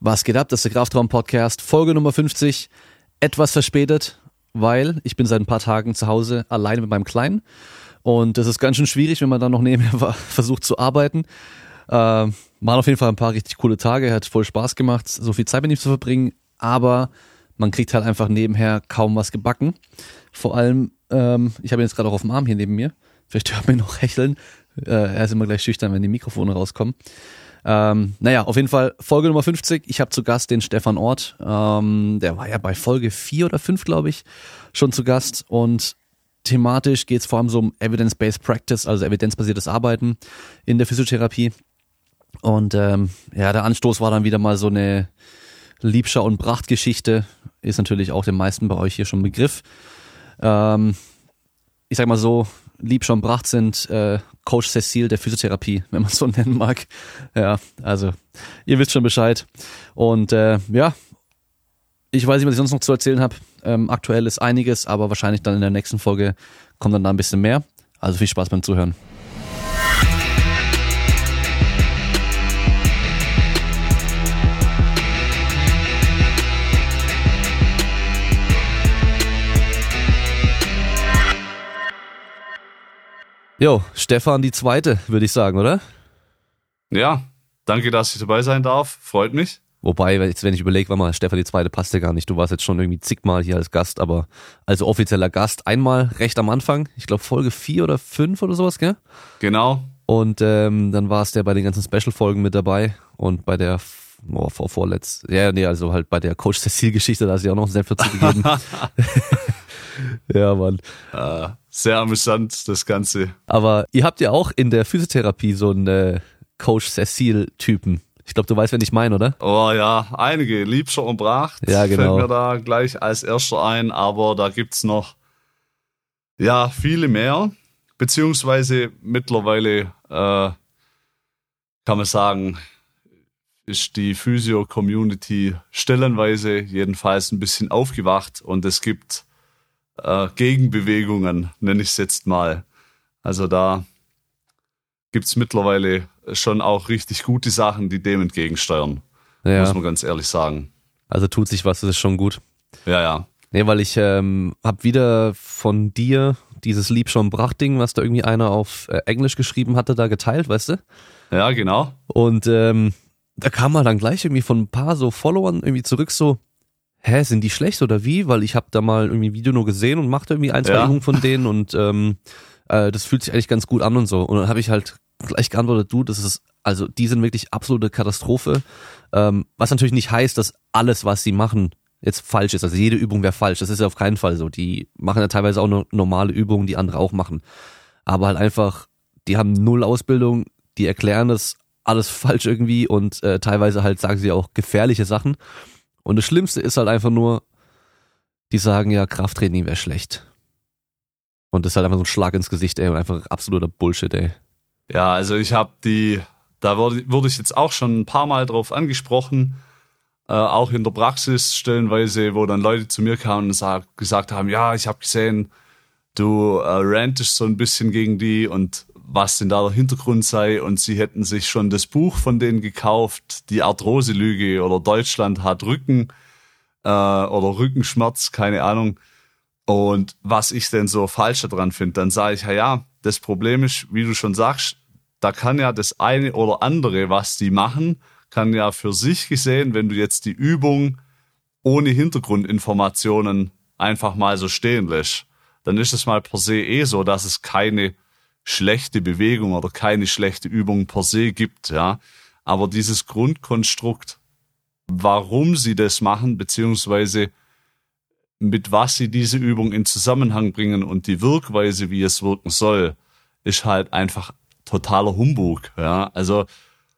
Was geht ab? Das ist der Kraftraum-Podcast, Folge Nummer 50. Etwas verspätet, weil ich bin seit ein paar Tagen zu Hause alleine mit meinem Kleinen. Und das ist ganz schön schwierig, wenn man dann noch nebenher versucht zu arbeiten. Waren auf jeden Fall ein paar richtig coole Tage, hat voll Spaß gemacht, so viel Zeit mit ihm zu verbringen. Aber man kriegt halt einfach nebenher kaum was gebacken. Vor allem, ich habe ihn jetzt gerade auch auf dem Arm hier neben mir. Vielleicht hört man ihn noch hecheln. Er ist immer gleich schüchtern, wenn die Mikrofone rauskommen. Auf jeden Fall Folge Nummer 50. Ich habe zu Gast den Stefan Ort. Der war ja bei Folge 4 oder 5, glaube ich, schon zu Gast. Und thematisch geht es vor allem so um Evidence-Based Practice, also evidenzbasiertes Arbeiten in der Physiotherapie. Und der Anstoß war dann wieder mal so eine Liebscher- und Bracht-Geschichte. Ist natürlich auch den meisten bei euch hier schon ein Begriff. Ich sag mal so, Liebscher und Bracht sind Coach Cecile der Physiotherapie, wenn man es so nennen mag. Ja, also ihr wisst schon Bescheid. Und ich weiß nicht, was ich sonst noch zu erzählen habe. Aktuell ist einiges, aber wahrscheinlich dann in der nächsten Folge kommt dann da ein bisschen mehr. Also viel Spaß beim Zuhören. Jo, Stefan die Zweite, würde ich sagen, oder? Ja, danke, dass ich dabei sein darf. Freut mich. Wobei, wenn ich überlege, Stefan die Zweite passt ja gar nicht. Du warst jetzt schon irgendwie zigmal hier als Gast, aber als offizieller Gast einmal recht am Anfang. Ich glaube Folge 4 oder 5 oder sowas, gell? Genau. Und dann war es der bei den ganzen Special-Folgen mit dabei und bei der also halt bei der Coach Cecile-Geschichte, da hast du ja auch noch einen Senf dazu gegeben. Ja, Mann. Sehr amüsant, das Ganze. Aber ihr habt ja auch in der Physiotherapie so einen Coach Cecile-Typen. Ich glaube, du weißt, wen ich meine, oder? Oh ja, einige. Liebscher und Bracht. Ja, genau. Fällt mir da gleich als erster ein, aber da gibt's noch viele mehr. Beziehungsweise mittlerweile kann man sagen, ist die Physio-Community stellenweise jedenfalls ein bisschen aufgewacht und es gibt Gegenbewegungen, nenne ich es jetzt mal. Also da gibt's mittlerweile schon auch richtig gute Sachen, die dem entgegensteuern. Ja. Muss man ganz ehrlich sagen. Also tut sich was, das ist schon gut. Ja. Nee, weil ich habe wieder von dir dieses Liebscher und Bracht-Ding, was da irgendwie einer auf Englisch geschrieben hatte, da geteilt, weißt du? Ja, genau. Und da kam mal dann gleich irgendwie von ein paar so Followern irgendwie zurück so, sind die schlecht oder wie? Weil ich habe da mal irgendwie ein Video nur gesehen und machte irgendwie ein, zwei Übungen von denen und das fühlt sich eigentlich ganz gut an und so. Und dann habe ich halt gleich geantwortet, die sind wirklich absolute Katastrophe. Was natürlich nicht heißt, dass alles, was sie machen, jetzt falsch ist. Also jede Übung wäre falsch. Das ist ja auf keinen Fall so. Die machen ja teilweise auch nur normale Übungen, die andere auch machen. Aber halt einfach, die haben null Ausbildung, die erklären das alles falsch irgendwie und teilweise halt sagen sie auch gefährliche Sachen. Und das Schlimmste ist halt einfach nur, die sagen ja, Krafttraining wäre schlecht. Und das ist halt einfach so ein Schlag ins Gesicht, ey, und einfach absoluter Bullshit, ey. Ja, also da wurde ich jetzt auch schon ein paar Mal drauf angesprochen, auch in der Praxis stellenweise, wo dann Leute zu mir kamen und gesagt haben, ja, ich habe gesehen, du rantest so ein bisschen gegen die und was denn da der Hintergrund sei und sie hätten sich schon das Buch von denen gekauft, die Arthrose-Lüge oder Deutschland hat Rücken oder Rückenschmerz, keine Ahnung. Und was ich denn so falsch daran finde, dann sage ich, das Problem ist, wie du schon sagst, da kann ja das eine oder andere, was die machen, kann ja für sich gesehen, wenn du jetzt die Übung ohne Hintergrundinformationen einfach mal so stehen lässt, dann ist es mal per se so, dass es keine schlechte Bewegung oder keine schlechte Übung per se gibt, ja. Aber dieses Grundkonstrukt, warum sie das machen, beziehungsweise mit was sie diese Übung in Zusammenhang bringen und die Wirkweise, wie es wirken soll, ist halt einfach totaler Humbug, ja. Also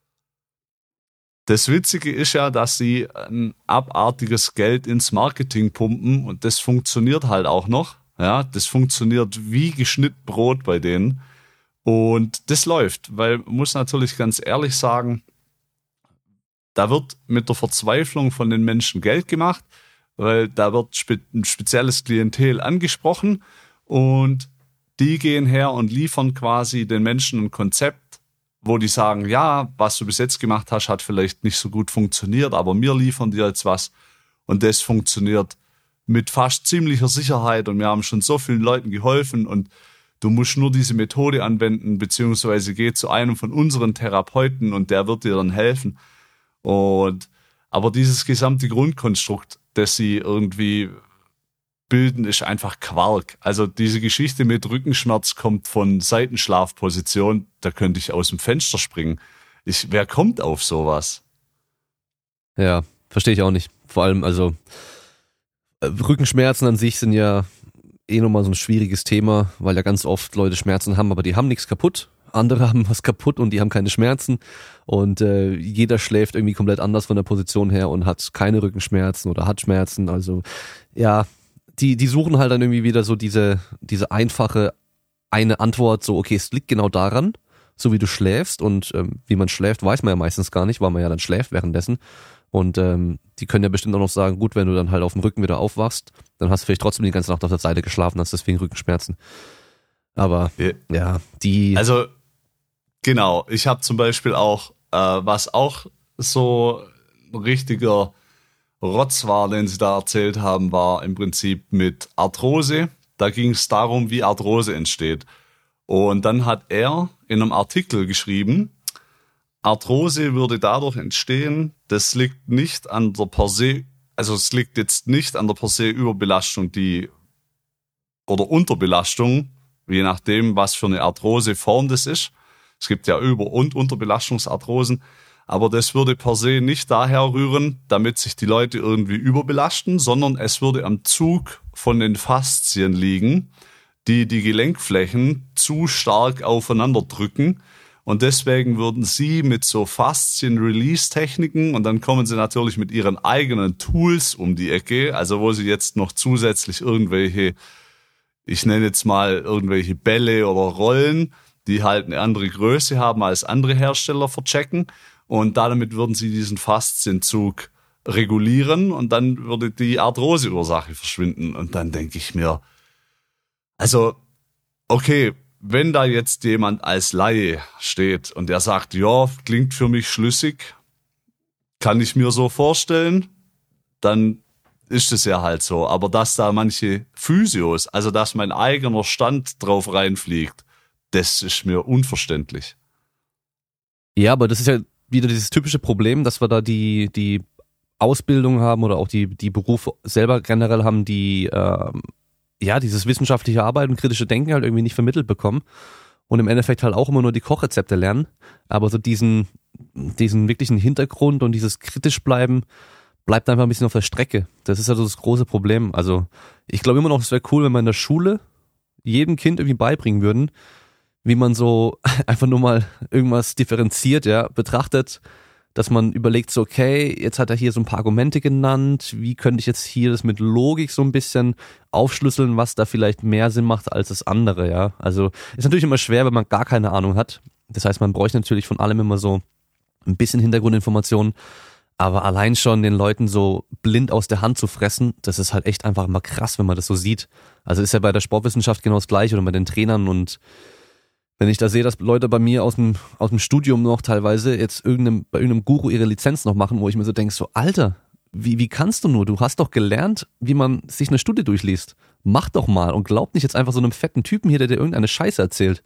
das Witzige ist ja, dass sie ein abartiges Geld ins Marketing pumpen und das funktioniert halt auch noch, ja. Das funktioniert wie geschnitten Brot bei denen. Und das läuft, weil man muss natürlich ganz ehrlich sagen, da wird mit der Verzweiflung von den Menschen Geld gemacht, weil da wird ein spezielles Klientel angesprochen und die gehen her und liefern quasi den Menschen ein Konzept, wo die sagen, ja, was du bis jetzt gemacht hast, hat vielleicht nicht so gut funktioniert, aber wir liefern dir jetzt was und das funktioniert mit fast ziemlicher Sicherheit und wir haben schon so vielen Leuten geholfen und du musst nur diese Methode anwenden, beziehungsweise geh zu einem von unseren Therapeuten und der wird dir dann helfen. Aber dieses gesamte Grundkonstrukt, das sie irgendwie bilden, ist einfach Quark. Also diese Geschichte mit Rückenschmerz kommt von Seitenschlafposition, da könnte ich aus dem Fenster springen. Wer kommt auf sowas? Ja, verstehe ich auch nicht. Vor allem, also Rückenschmerzen an sich sind ja nochmal so ein schwieriges Thema, weil ja ganz oft Leute Schmerzen haben, aber die haben nichts kaputt. Andere haben was kaputt und die haben keine Schmerzen und jeder schläft irgendwie komplett anders von der Position her und hat keine Rückenschmerzen oder hat Schmerzen. Also ja, die suchen halt dann irgendwie wieder so diese einfache eine Antwort, so okay, es liegt genau daran, so wie du schläfst und wie man schläft, weiß man ja meistens gar nicht, weil man ja dann schläft währenddessen. Und die können ja bestimmt auch noch sagen, gut, wenn du dann halt auf dem Rücken wieder aufwachst, dann hast du vielleicht trotzdem die ganze Nacht auf der Seite geschlafen, hast deswegen Rückenschmerzen. Aber ja, Also genau, ich habe zum Beispiel auch, was auch so ein richtiger Rotz war, den sie da erzählt haben, war im Prinzip mit Arthrose. Da ging es darum, wie Arthrose entsteht. Und dann hat er in einem Artikel geschrieben, Arthrose würde dadurch entstehen, das liegt nicht an der per se, also es liegt jetzt nicht an der per se Überbelastung, oder Unterbelastung, je nachdem, was für eine Arthroseform das ist. Es gibt ja Über- und Unterbelastungsarthrosen, aber das würde per se nicht daher rühren, damit sich die Leute irgendwie überbelasten, sondern es würde am Zug von den Faszien liegen, die Gelenkflächen zu stark aufeinander drücken. Und deswegen würden sie mit so Faszien-Release-Techniken und dann kommen sie natürlich mit ihren eigenen Tools um die Ecke, also wo sie jetzt noch zusätzlich irgendwelche, ich nenne jetzt mal irgendwelche Bälle oder Rollen, die halt eine andere Größe haben als andere Hersteller verchecken. Und damit würden sie diesen Faszienzug regulieren und dann würde die Arthroseursache verschwinden. Und dann denke ich mir, also, okay, wenn da jetzt jemand als Laie steht und der sagt, ja, klingt für mich schlüssig, kann ich mir so vorstellen, dann ist es ja halt so. Aber dass da manche Physios, also dass mein eigener Stand drauf reinfliegt, das ist mir unverständlich. Ja, aber das ist ja wieder dieses typische Problem, dass wir da die Ausbildung haben oder auch die Berufe selber generell haben, die dieses wissenschaftliche Arbeiten und kritische Denken halt irgendwie nicht vermittelt bekommen und im Endeffekt halt auch immer nur die Kochrezepte lernen, aber so diesen wirklichen Hintergrund und dieses kritisch bleiben bleibt einfach ein bisschen auf der Strecke. Das ist also das große Problem. Also ich glaube immer noch, es wäre cool, wenn wir in der Schule jedem Kind irgendwie beibringen würden, wie man so einfach nur mal irgendwas differenziert, ja, betrachtet, dass man überlegt so, okay, jetzt hat er hier so ein paar Argumente genannt, wie könnte ich jetzt hier das mit Logik so ein bisschen aufschlüsseln, was da vielleicht mehr Sinn macht als das andere, ja. Also ist natürlich immer schwer, wenn man gar keine Ahnung hat. Das heißt, man bräuchte natürlich von allem immer so ein bisschen Hintergrundinformationen, aber allein schon den Leuten so blind aus der Hand zu fressen, das ist halt echt einfach immer krass, wenn man das so sieht. Also ist ja bei der Sportwissenschaft genau das Gleiche oder bei den Trainern und wenn ich da sehe, dass Leute bei mir aus dem Studium noch teilweise jetzt bei irgendeinem Guru ihre Lizenz noch machen, wo ich mir so denke, so Alter, wie kannst du nur? Du hast doch gelernt, wie man sich eine Studie durchliest. Mach doch mal und glaub nicht jetzt einfach so einem fetten Typen hier, der dir irgendeine Scheiße erzählt.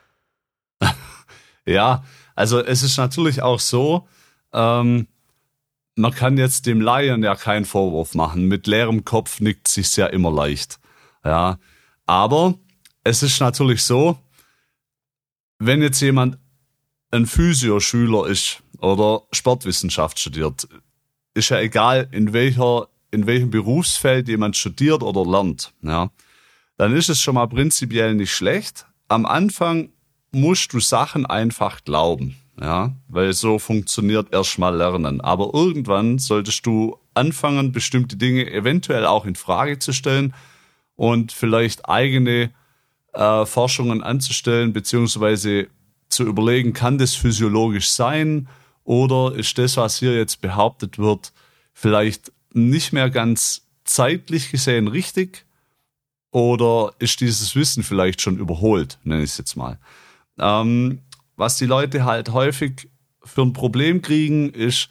Ja, also es ist natürlich auch so, man kann jetzt dem Laien ja keinen Vorwurf machen. Mit leerem Kopf nickt sich's ja immer leicht. Ja, aber es ist natürlich so, wenn jetzt jemand ein Physioschüler ist oder Sportwissenschaft studiert, ist ja egal, in welchem Berufsfeld jemand studiert oder lernt, ja, dann ist es schon mal prinzipiell nicht schlecht. Am Anfang musst du Sachen einfach glauben, ja, weil so funktioniert erstmal Lernen. Aber irgendwann solltest du anfangen, bestimmte Dinge eventuell auch in Frage zu stellen und vielleicht eigene Forschungen anzustellen, beziehungsweise zu überlegen, kann das physiologisch sein oder ist das, was hier jetzt behauptet wird, vielleicht nicht mehr ganz zeitlich gesehen richtig oder ist dieses Wissen vielleicht schon überholt, nenne ich es jetzt mal. was die Leute halt häufig für ein Problem kriegen, ist,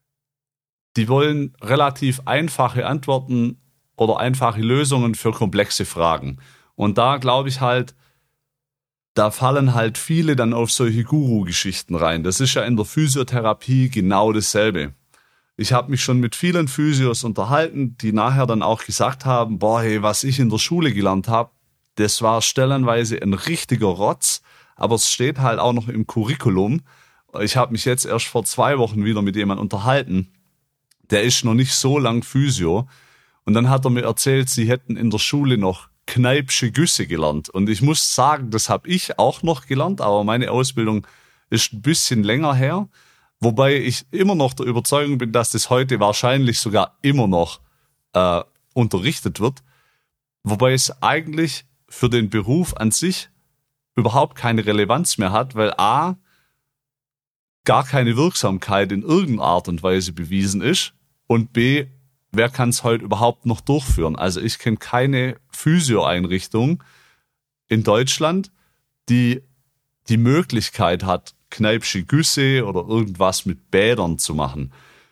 die wollen relativ einfache Antworten oder einfache Lösungen für komplexe Fragen. Und da glaube ich halt, da fallen halt viele dann auf solche Guru-Geschichten rein. Das ist ja in der Physiotherapie genau dasselbe. Ich habe mich schon mit vielen Physios unterhalten, die nachher dann auch gesagt haben, boah, hey, was ich in der Schule gelernt habe, das war stellenweise ein richtiger Rotz, aber es steht halt auch noch im Curriculum. Ich habe mich jetzt erst vor 2 Wochen wieder mit jemandem unterhalten, der ist noch nicht so lang Physio. Und dann hat er mir erzählt, sie hätten in der Schule noch Kneippsche Güsse gelernt. Und ich muss sagen, das habe ich auch noch gelernt, aber meine Ausbildung ist ein bisschen länger her. Wobei ich immer noch der Überzeugung bin, dass das heute wahrscheinlich sogar immer noch unterrichtet wird. Wobei es eigentlich für den Beruf an sich überhaupt keine Relevanz mehr hat, weil A, gar keine Wirksamkeit in irgendeiner Art und Weise bewiesen ist und B, wer kann es heute überhaupt noch durchführen? Also ich kenne keine Physio-Einrichtung in Deutschland, die die Möglichkeit hat, Kneippsche Güsse oder irgendwas mit Bädern zu machen.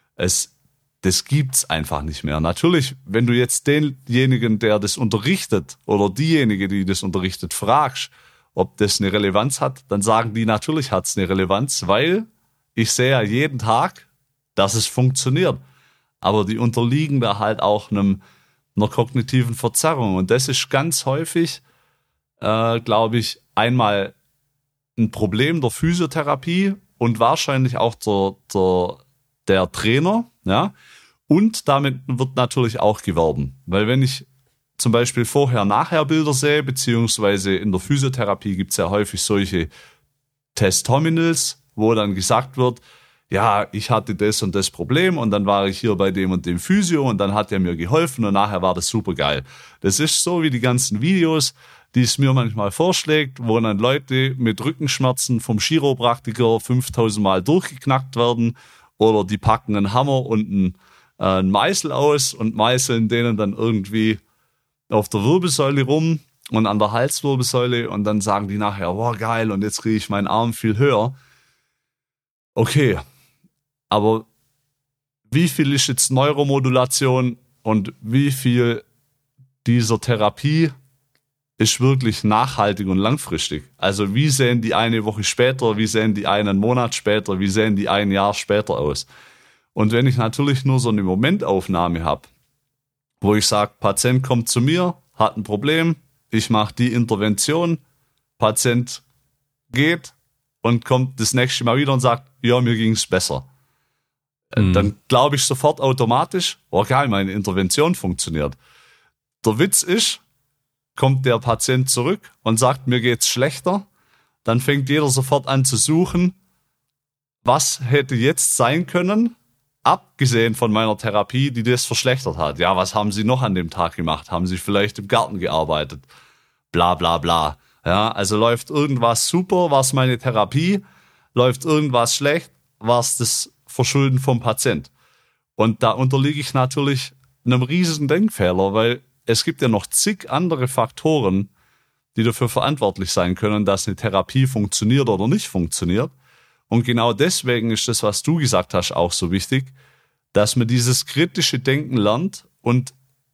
Das gibt's einfach nicht mehr. Natürlich, wenn du jetzt denjenigen, der das unterrichtet oder diejenige, die das unterrichtet, fragst, ob das eine Relevanz hat, dann sagen die, natürlich hat's eine Relevanz, weil ich sehe ja jeden Tag, dass es funktioniert. Aber die unterliegen da halt auch einer kognitiven Verzerrung. Und das ist ganz häufig, glaube ich, einmal ein Problem der Physiotherapie und wahrscheinlich auch der Trainer. Ja? Und damit wird natürlich auch geworben. Weil wenn ich zum Beispiel Vorher-Nachher-Bilder sehe, beziehungsweise in der Physiotherapie gibt es ja häufig solche Testimonials, wo dann gesagt wird, ja, ich hatte das und das Problem und dann war ich hier bei dem und dem Physio und dann hat er mir geholfen und nachher war das super geil. Das ist so wie die ganzen Videos, die es mir manchmal vorschlägt, wo dann Leute mit Rückenschmerzen vom Chiropraktiker 5000 Mal durchgeknackt werden oder die packen einen Hammer und einen Meißel aus und meißeln denen dann irgendwie auf der Wirbelsäule rum und an der Halswirbelsäule und dann sagen die nachher, boah geil und jetzt kriege ich meinen Arm viel höher. Okay, aber wie viel ist jetzt Neuromodulation und wie viel dieser Therapie ist wirklich nachhaltig und langfristig? Also wie sehen die eine Woche später, wie sehen die einen Monat später, wie sehen die ein Jahr später aus? Und wenn ich natürlich nur so eine Momentaufnahme habe, wo ich sage, Patient kommt zu mir, hat ein Problem, ich mache die Intervention, Patient geht und kommt das nächste Mal wieder und sagt, ja, mir ging es besser. Dann glaube ich sofort automatisch, oh geil, meine Intervention funktioniert. Der Witz ist, kommt der Patient zurück und sagt, mir geht's schlechter, dann fängt jeder sofort an zu suchen, was hätte jetzt sein können, abgesehen von meiner Therapie, die das verschlechtert hat. Ja, was haben Sie noch an dem Tag gemacht? Haben Sie vielleicht im Garten gearbeitet? Bla bla bla. Ja, also läuft irgendwas super, war es meine Therapie, läuft irgendwas schlecht, war es das Verschulden vom Patient. Und da unterliege ich natürlich einem riesigen Denkfehler, weil es gibt ja noch zig andere Faktoren, die dafür verantwortlich sein können, dass eine Therapie funktioniert oder nicht funktioniert. Und genau deswegen ist das, was du gesagt hast, auch so wichtig, dass man dieses kritische Denken lernt und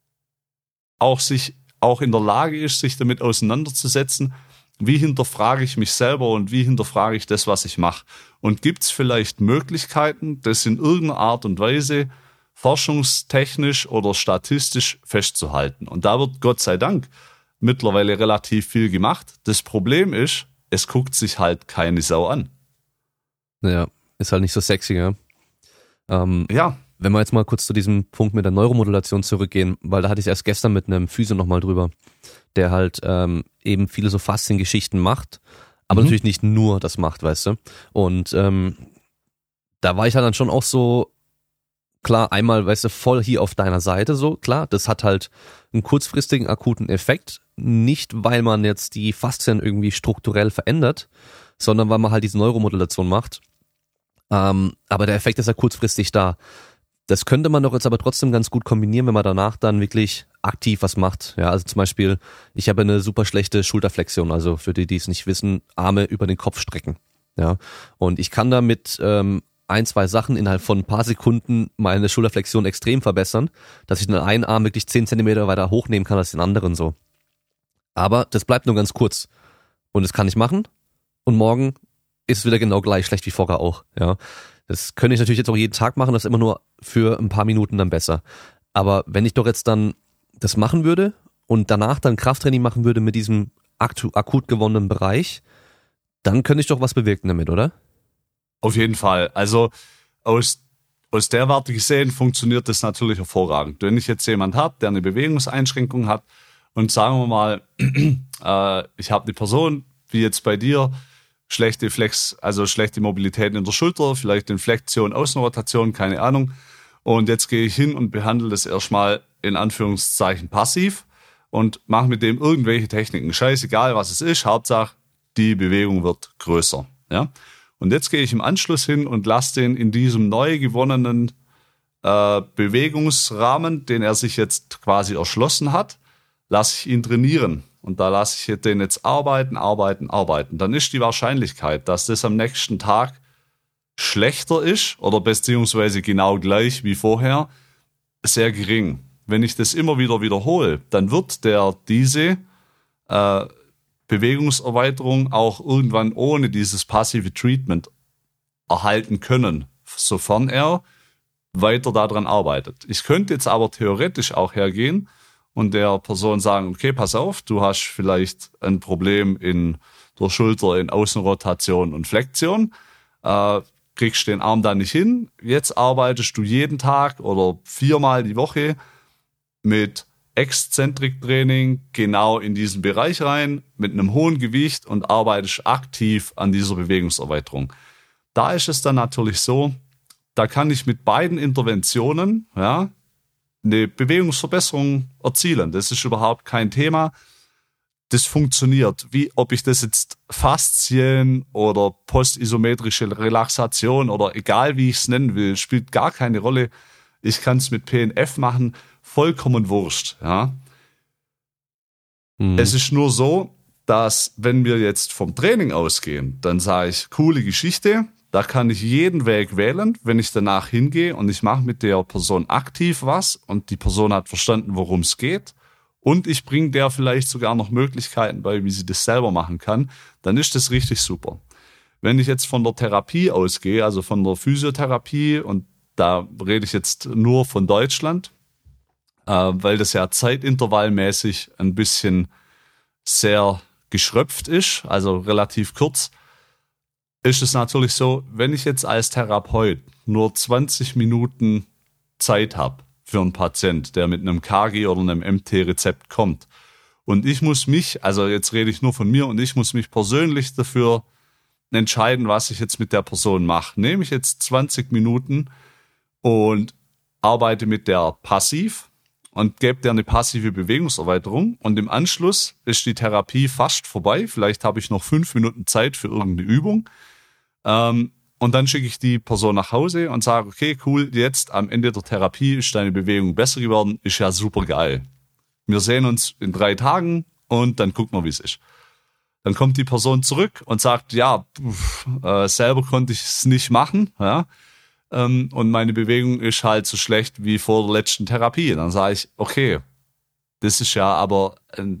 auch in der Lage ist, sich damit auseinanderzusetzen, wie hinterfrage ich mich selber und wie hinterfrage ich das, was ich mache. Und gibt es vielleicht Möglichkeiten, das in irgendeiner Art und Weise forschungstechnisch oder statistisch festzuhalten? Und da wird Gott sei Dank mittlerweile relativ viel gemacht. Das Problem ist, es guckt sich halt keine Sau an. Ja, ist halt nicht so sexy, ja. Ja. Wenn wir jetzt mal kurz zu diesem Punkt mit der Neuromodulation zurückgehen, weil da hatte ich erst gestern mit einem Physio nochmal drüber, der halt eben viele so Fasziengeschichten macht, aber natürlich nicht nur das macht, weißt du. Und da war ich halt dann schon auch so, klar, einmal, weißt du, voll hier auf deiner Seite, so, klar, das hat halt einen kurzfristigen, akuten Effekt, nicht weil man jetzt die Faszien irgendwie strukturell verändert, sondern weil man halt diese Neuromodulation macht. Aber der Effekt ist ja kurzfristig da. Das könnte man doch jetzt aber trotzdem ganz gut kombinieren, wenn man danach dann wirklich aktiv was macht. Ja, also zum Beispiel, ich habe eine super schlechte Schulterflexion, also für die, die es nicht wissen, Arme über den Kopf strecken. Ja, und ich kann da mit ein, zwei Sachen innerhalb von ein paar Sekunden meine Schulterflexion extrem verbessern, dass ich den einen Arm wirklich 10 Zentimeter weiter hochnehmen kann als den anderen so. Aber das bleibt nur ganz kurz. Und das kann ich machen. Und morgen ist es wieder genau gleich schlecht wie vorher auch. Ja, das könnte ich natürlich jetzt auch jeden Tag machen, das ist immer nur für ein paar Minuten dann besser. Aber wenn ich doch jetzt dann das machen würde und danach dann Krafttraining machen würde mit diesem akut gewonnenen Bereich, dann könnte ich doch was bewirken damit, oder? Auf jeden Fall. Also aus der Warte gesehen funktioniert das natürlich hervorragend. Wenn ich jetzt jemand habe, der eine Bewegungseinschränkung hat und sagen wir mal, ich habe eine Person, wie jetzt bei dir, schlechte Mobilität in der Schulter, vielleicht in Flexion, Außenrotation, keine Ahnung. Und jetzt gehe ich hin und behandle das erstmal in Anführungszeichen passiv und mache mit dem irgendwelche Techniken. Scheißegal, was es ist, Hauptsache die Bewegung wird größer. Ja? Und jetzt gehe ich im Anschluss hin und lasse den in diesem neu gewonnenen Bewegungsrahmen, den er sich jetzt quasi erschlossen hat, lasse ich ihn trainieren. Und da lasse ich den jetzt arbeiten. Dann ist die Wahrscheinlichkeit, dass das am nächsten Tag schlechter ist oder beziehungsweise genau gleich wie vorher, sehr gering. Wenn ich das immer wieder wiederhole, dann wird diese Bewegungserweiterung auch irgendwann ohne dieses passive Treatment erhalten können, sofern er weiter daran arbeitet. Ich könnte jetzt aber theoretisch auch hergehen und der Person sagen, okay, pass auf, du hast vielleicht ein Problem in der Schulter, in Außenrotation und Flexion, kriegst den Arm da nicht hin, jetzt arbeitest du jeden Tag oder 4-mal die Woche mit Exzentriktraining genau in diesen Bereich rein, mit einem hohen Gewicht und arbeitest aktiv an dieser Bewegungserweiterung. Da ist es dann natürlich so, da kann ich mit beiden Interventionen eine Bewegungsverbesserung erzielen. Das ist überhaupt kein Thema. Das funktioniert. Wie ob ich das jetzt Faszien oder postisometrische Relaxation oder egal wie ich es nennen will, spielt gar keine Rolle. Ich kann es mit PNF machen, vollkommen wurscht. Ja. Es ist nur so, dass wenn wir jetzt vom Training ausgehen, dann sage ich, coole Geschichte, da kann ich jeden Weg wählen, wenn ich danach hingehe und ich mache mit der Person aktiv was und die Person hat verstanden, worum es geht und ich bringe der vielleicht sogar noch Möglichkeiten bei, wie sie das selber machen kann, dann ist das richtig super. Wenn ich jetzt von der Therapie ausgehe, also von der Physiotherapie, und da rede ich jetzt nur von Deutschland, weil das ja zeitintervallmäßig ein bisschen sehr geschröpft ist, also relativ kurz, ist es natürlich so, wenn ich jetzt als Therapeut nur 20 Minuten Zeit habe für einen Patient, der mit einem KG oder einem MT-Rezept kommt und ich muss mich, also jetzt rede ich nur von mir und ich muss mich persönlich dafür entscheiden, was ich jetzt mit der Person mache. Nehme ich jetzt 20 Minuten und arbeite mit der passiv und gebe der eine passive Bewegungserweiterung und im Anschluss ist die Therapie fast vorbei. Vielleicht habe ich noch 5 Minuten Zeit für irgendeine Übung. Und dann schicke ich die Person nach Hause und sage, okay, cool, jetzt am Ende der Therapie ist deine Bewegung besser geworden, ist ja super geil. Wir sehen uns in 3 Tagen und dann gucken wir, wie es ist. Dann kommt die Person zurück und sagt, ja, selber konnte ich es nicht machen, ja. Und meine Bewegung ist halt so schlecht wie vor der letzten Therapie. Dann sage ich, okay, das ist ja aber,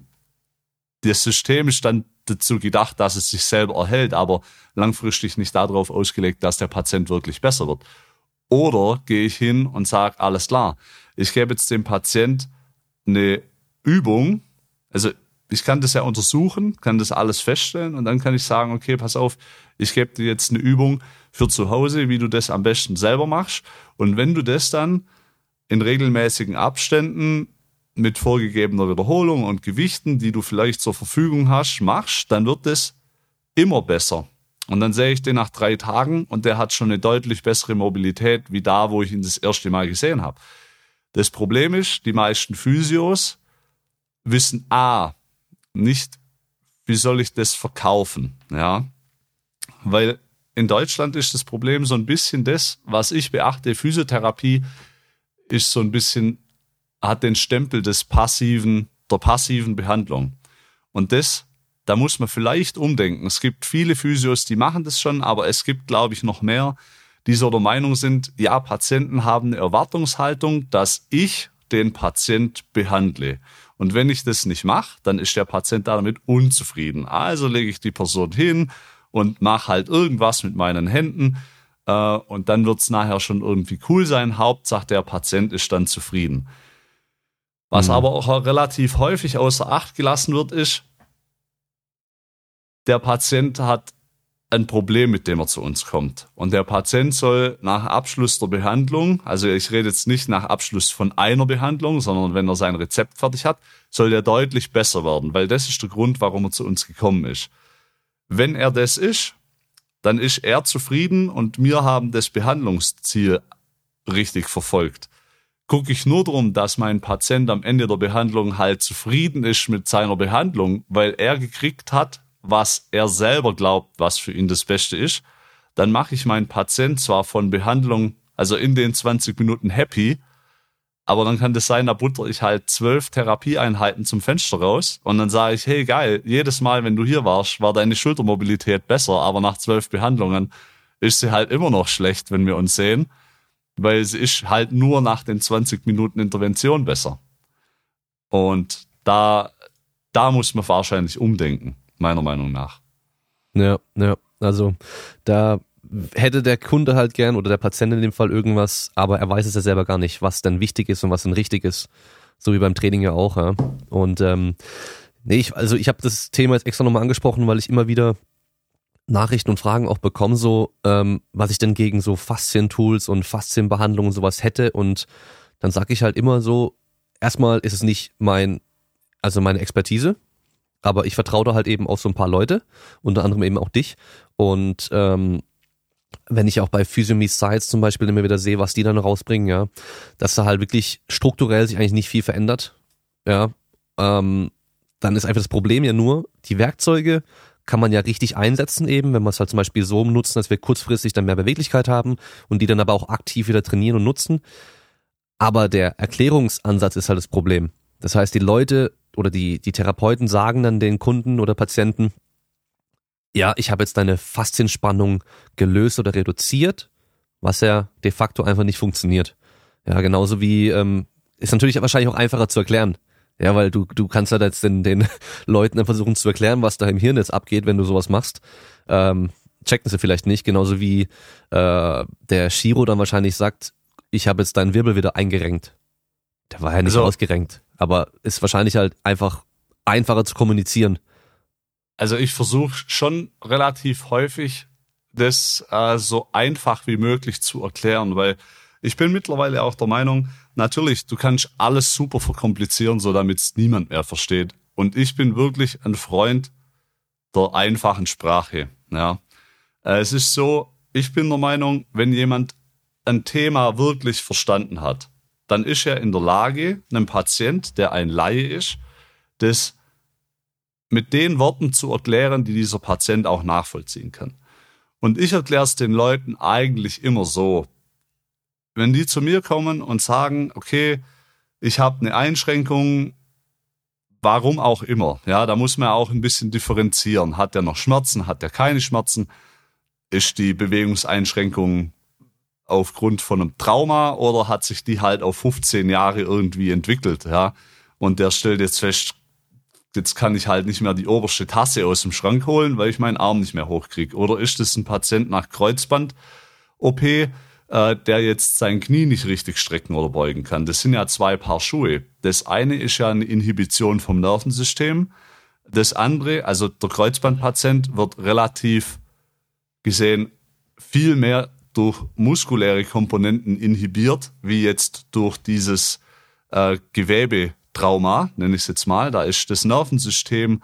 das System ist dann dazu gedacht, dass es sich selber erhält, aber langfristig nicht darauf ausgelegt, dass der Patient wirklich besser wird. Oder gehe ich hin und sage, alles klar, ich gebe jetzt dem Patient eine Übung, also ich kann das ja untersuchen, kann das alles feststellen und dann kann ich sagen, okay, pass auf, ich gebe dir jetzt eine Übung für zu Hause, wie du das am besten selber machst. Und wenn du das dann in regelmäßigen Abständen mit vorgegebener Wiederholung und Gewichten, die du vielleicht zur Verfügung hast, machst, dann wird das immer besser. Und dann sehe ich den nach 3 Tagen und der hat schon eine deutlich bessere Mobilität wie da, wo ich ihn das erste Mal gesehen habe. Das Problem ist, die meisten Physios wissen nicht, wie soll ich das verkaufen, ja, weil in Deutschland ist das Problem so ein bisschen das, was ich beachte, Physiotherapie ist so ein bisschen, hat den Stempel der passiven Behandlung. Und das da muss man vielleicht umdenken. Es gibt viele Physios, die machen das schon, aber es gibt, glaube ich, noch mehr, die so der Meinung sind, ja, Patienten haben eine Erwartungshaltung, dass ich den Patient behandle. Und wenn ich das nicht mache, dann ist der Patient damit unzufrieden. Also lege ich die Person hin und mache halt irgendwas mit meinen Händen und dann wird es nachher schon irgendwie cool sein. Hauptsache, der Patient ist dann zufrieden. Was aber auch relativ häufig außer Acht gelassen wird, ist, der Patient hat ein Problem, mit dem er zu uns kommt. Und der Patient soll nach Abschluss der Behandlung, also ich rede jetzt nicht nach Abschluss von einer Behandlung, sondern wenn er sein Rezept fertig hat, soll der deutlich besser werden, weil das ist der Grund, warum er zu uns gekommen ist. Wenn er das ist, dann ist er zufrieden und wir haben das Behandlungsziel richtig verfolgt. Gucke ich nur darum, dass mein Patient am Ende der Behandlung halt zufrieden ist mit seiner Behandlung, weil er gekriegt hat, was er selber glaubt, was für ihn das Beste ist, dann mache ich meinen Patient zwar von Behandlung, also in den 20 Minuten happy, aber dann kann das sein, da butter ich halt 12 Therapieeinheiten zum Fenster raus und dann sage ich, hey geil, jedes Mal, wenn du hier warst, war deine Schultermobilität besser, aber nach 12 Behandlungen ist sie halt immer noch schlecht, wenn wir uns sehen, weil sie ist halt nur nach den 20 Minuten Intervention besser. Und da muss man wahrscheinlich umdenken, meiner Meinung nach. Ja, also da hätte der Kunde halt gern oder der Patient in dem Fall irgendwas, aber er weiß es ja selber gar nicht, was denn wichtig ist und was denn richtig ist. So wie beim Training ja auch. Ja. Und ich habe das Thema jetzt extra nochmal angesprochen, weil ich immer wieder Nachrichten und Fragen auch bekomme, so was ich denn gegen so Faszien-Tools und Faszienbehandlungen und sowas hätte. Und dann sage ich halt immer so, erstmal ist es nicht meine Expertise, aber ich vertraue da halt eben auf so ein paar Leute, unter anderem eben auch dich. Und wenn ich auch bei Physio-Me Sites zum Beispiel immer wieder sehe, was die dann rausbringen, ja, dass da halt wirklich strukturell sich eigentlich nicht viel verändert, ja, dann ist einfach das Problem ja nur, die Werkzeuge kann man ja richtig einsetzen eben, wenn man es halt zum Beispiel so nutzen, dass wir kurzfristig dann mehr Beweglichkeit haben und die dann aber auch aktiv wieder trainieren und nutzen. Aber der Erklärungsansatz ist halt das Problem. Das heißt, die Leute oder die Therapeuten sagen dann den Kunden oder Patienten, ja, ich habe jetzt deine Faszienspannung gelöst oder reduziert, was ja de facto einfach nicht funktioniert. Ja, genauso wie, ist natürlich wahrscheinlich auch einfacher zu erklären. Ja, weil du kannst halt jetzt den Leuten dann versuchen zu erklären, was da im Hirn jetzt abgeht, wenn du sowas machst. Checken sie vielleicht nicht, genauso wie der Chiro dann wahrscheinlich sagt, ich habe jetzt deinen Wirbel wieder eingerenkt. Der war ja nicht ausgerenkt, aber ist wahrscheinlich halt einfach einfacher zu kommunizieren. Also ich versuche schon relativ häufig, das so einfach wie möglich zu erklären, weil ich bin mittlerweile auch der Meinung, natürlich, du kannst alles super verkomplizieren, so damit es niemand mehr versteht. Und ich bin wirklich ein Freund der einfachen Sprache. Ja. Es ist so, ich bin der Meinung, wenn jemand ein Thema wirklich verstanden hat, dann ist er in der Lage, einem Patient, der ein Laie ist, das mit den Worten zu erklären, die dieser Patient auch nachvollziehen kann. Und ich erkläre es den Leuten eigentlich immer so. Wenn die zu mir kommen und sagen, okay, ich habe eine Einschränkung, warum auch immer, ja, da muss man auch ein bisschen differenzieren. Hat der noch Schmerzen, hat der keine Schmerzen? Ist die Bewegungseinschränkung aufgrund von einem Trauma oder hat sich die halt auf 15 Jahre irgendwie entwickelt, ja? Und der stellt jetzt fest, jetzt kann ich halt nicht mehr die oberste Tasse aus dem Schrank holen, weil ich meinen Arm nicht mehr hochkriege. Oder ist es ein Patient nach Kreuzband-OP, der jetzt sein Knie nicht richtig strecken oder beugen kann? Das sind ja zwei Paar Schuhe. Das eine ist ja eine Inhibition vom Nervensystem. Das andere, also der Kreuzbandpatient, wird relativ gesehen viel mehr durch muskuläre Komponenten inhibiert, wie jetzt durch dieses Gewebetrauma, nenne ich es jetzt mal. Da ist das Nervensystem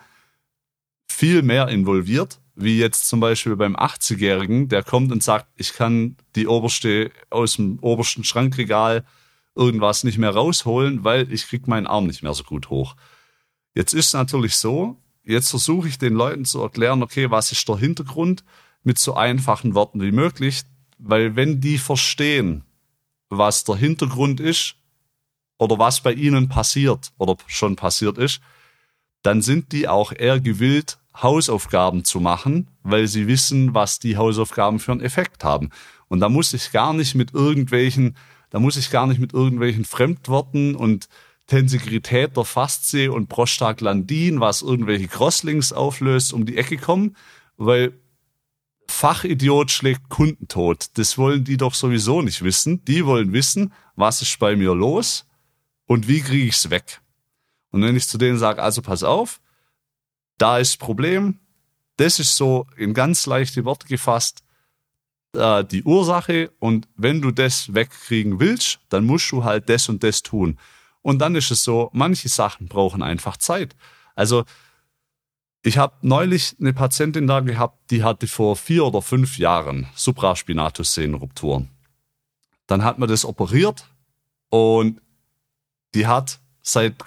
viel mehr involviert, wie jetzt zum Beispiel beim 80-Jährigen, der kommt und sagt, ich kann die oberste aus dem obersten Schrankregal irgendwas nicht mehr rausholen, weil ich krieg meinen Arm nicht mehr so gut hoch. Jetzt ist es natürlich so, jetzt versuche ich den Leuten zu erklären, okay, was ist der Hintergrund, mit so einfachen Worten wie möglich, weil wenn die verstehen, was der Hintergrund ist oder was bei ihnen passiert oder schon passiert ist, dann sind die auch eher gewillt, Hausaufgaben zu machen, weil sie wissen, was die Hausaufgaben für einen Effekt haben. Und da muss ich gar nicht mit irgendwelchen Fremdworten und Tensegrität der Faszie und Prostaglandin, was irgendwelche Crosslinks auflöst, um die Ecke kommen, weil Fachidiot schlägt Kundentod. Das wollen die doch sowieso nicht wissen. Die wollen wissen, was ist bei mir los und wie kriege ich es weg. Und wenn ich zu denen sage, also pass auf, da ist das Problem, das ist so in ganz leichte Worte gefasst, die Ursache, und wenn du das wegkriegen willst, dann musst du halt das und das tun. Und dann ist es so, manche Sachen brauchen einfach Zeit. Also ich habe neulich eine Patientin da gehabt, die hatte vor 4 oder 5 Jahren Supraspinatussehnenruptur. Dann hat man das operiert und die hat seit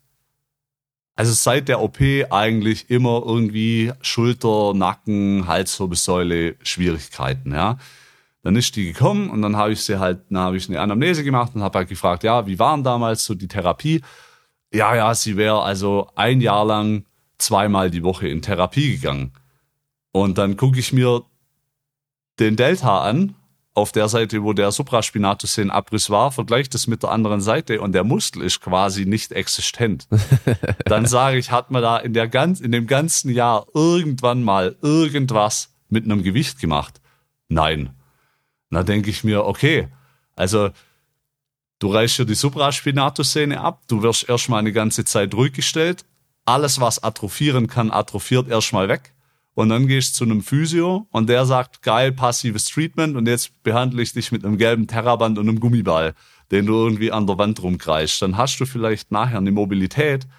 der OP eigentlich immer irgendwie Schulter, Nacken, Halswirbelsäule Schwierigkeiten, ja. Dann ist die gekommen und dann habe ich eine Anamnese gemacht und habe halt gefragt, ja, wie waren damals so die Therapie? Ja, sie wäre also 1 Jahr lang 2-mal die Woche in Therapie gegangen. Und dann gucke ich mir den Delta an, auf der Seite, wo der Supraspinatussenenabriss war, vergleiche das mit der anderen Seite und der Muskel ist quasi nicht existent. Dann sage ich, hat man da in dem ganzen Jahr irgendwann mal irgendwas mit einem Gewicht gemacht? Nein. Da denke ich mir, okay, also du reißt dir die Supraspinatussehne ab, du wirst erstmal eine ganze Zeit ruhig gestellt, alles, was atrophieren kann, atrophiert erstmal weg. Und dann gehst du zu einem Physio und der sagt, geil, passives Treatment und jetzt behandle ich dich mit einem gelben Terraband und einem Gummiball, den du irgendwie an der Wand rumkreist. Dann hast du vielleicht nachher eine Mobilität,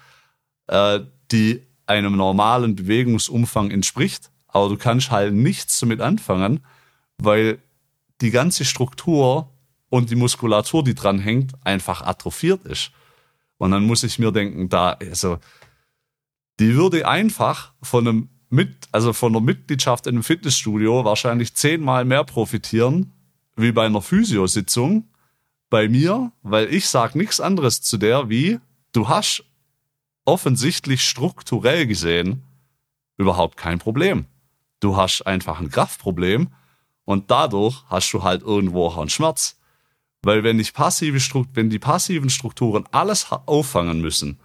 die einem normalen Bewegungsumfang entspricht, aber du kannst halt nichts damit anfangen, weil die ganze Struktur und die Muskulatur, die dran hängt, einfach atrophiert ist. Und dann muss ich mir denken, die würde einfach von der Mitgliedschaft in einem Fitnessstudio wahrscheinlich 10-mal mehr profitieren, wie bei einer Physiositzung bei mir, weil ich sage nichts anderes zu der wie, du hast offensichtlich strukturell gesehen überhaupt kein Problem. Du hast einfach ein Kraftproblem und dadurch hast du halt irgendwo auch einen Schmerz. Weil wenn die passiven Strukturen alles auffangen müssen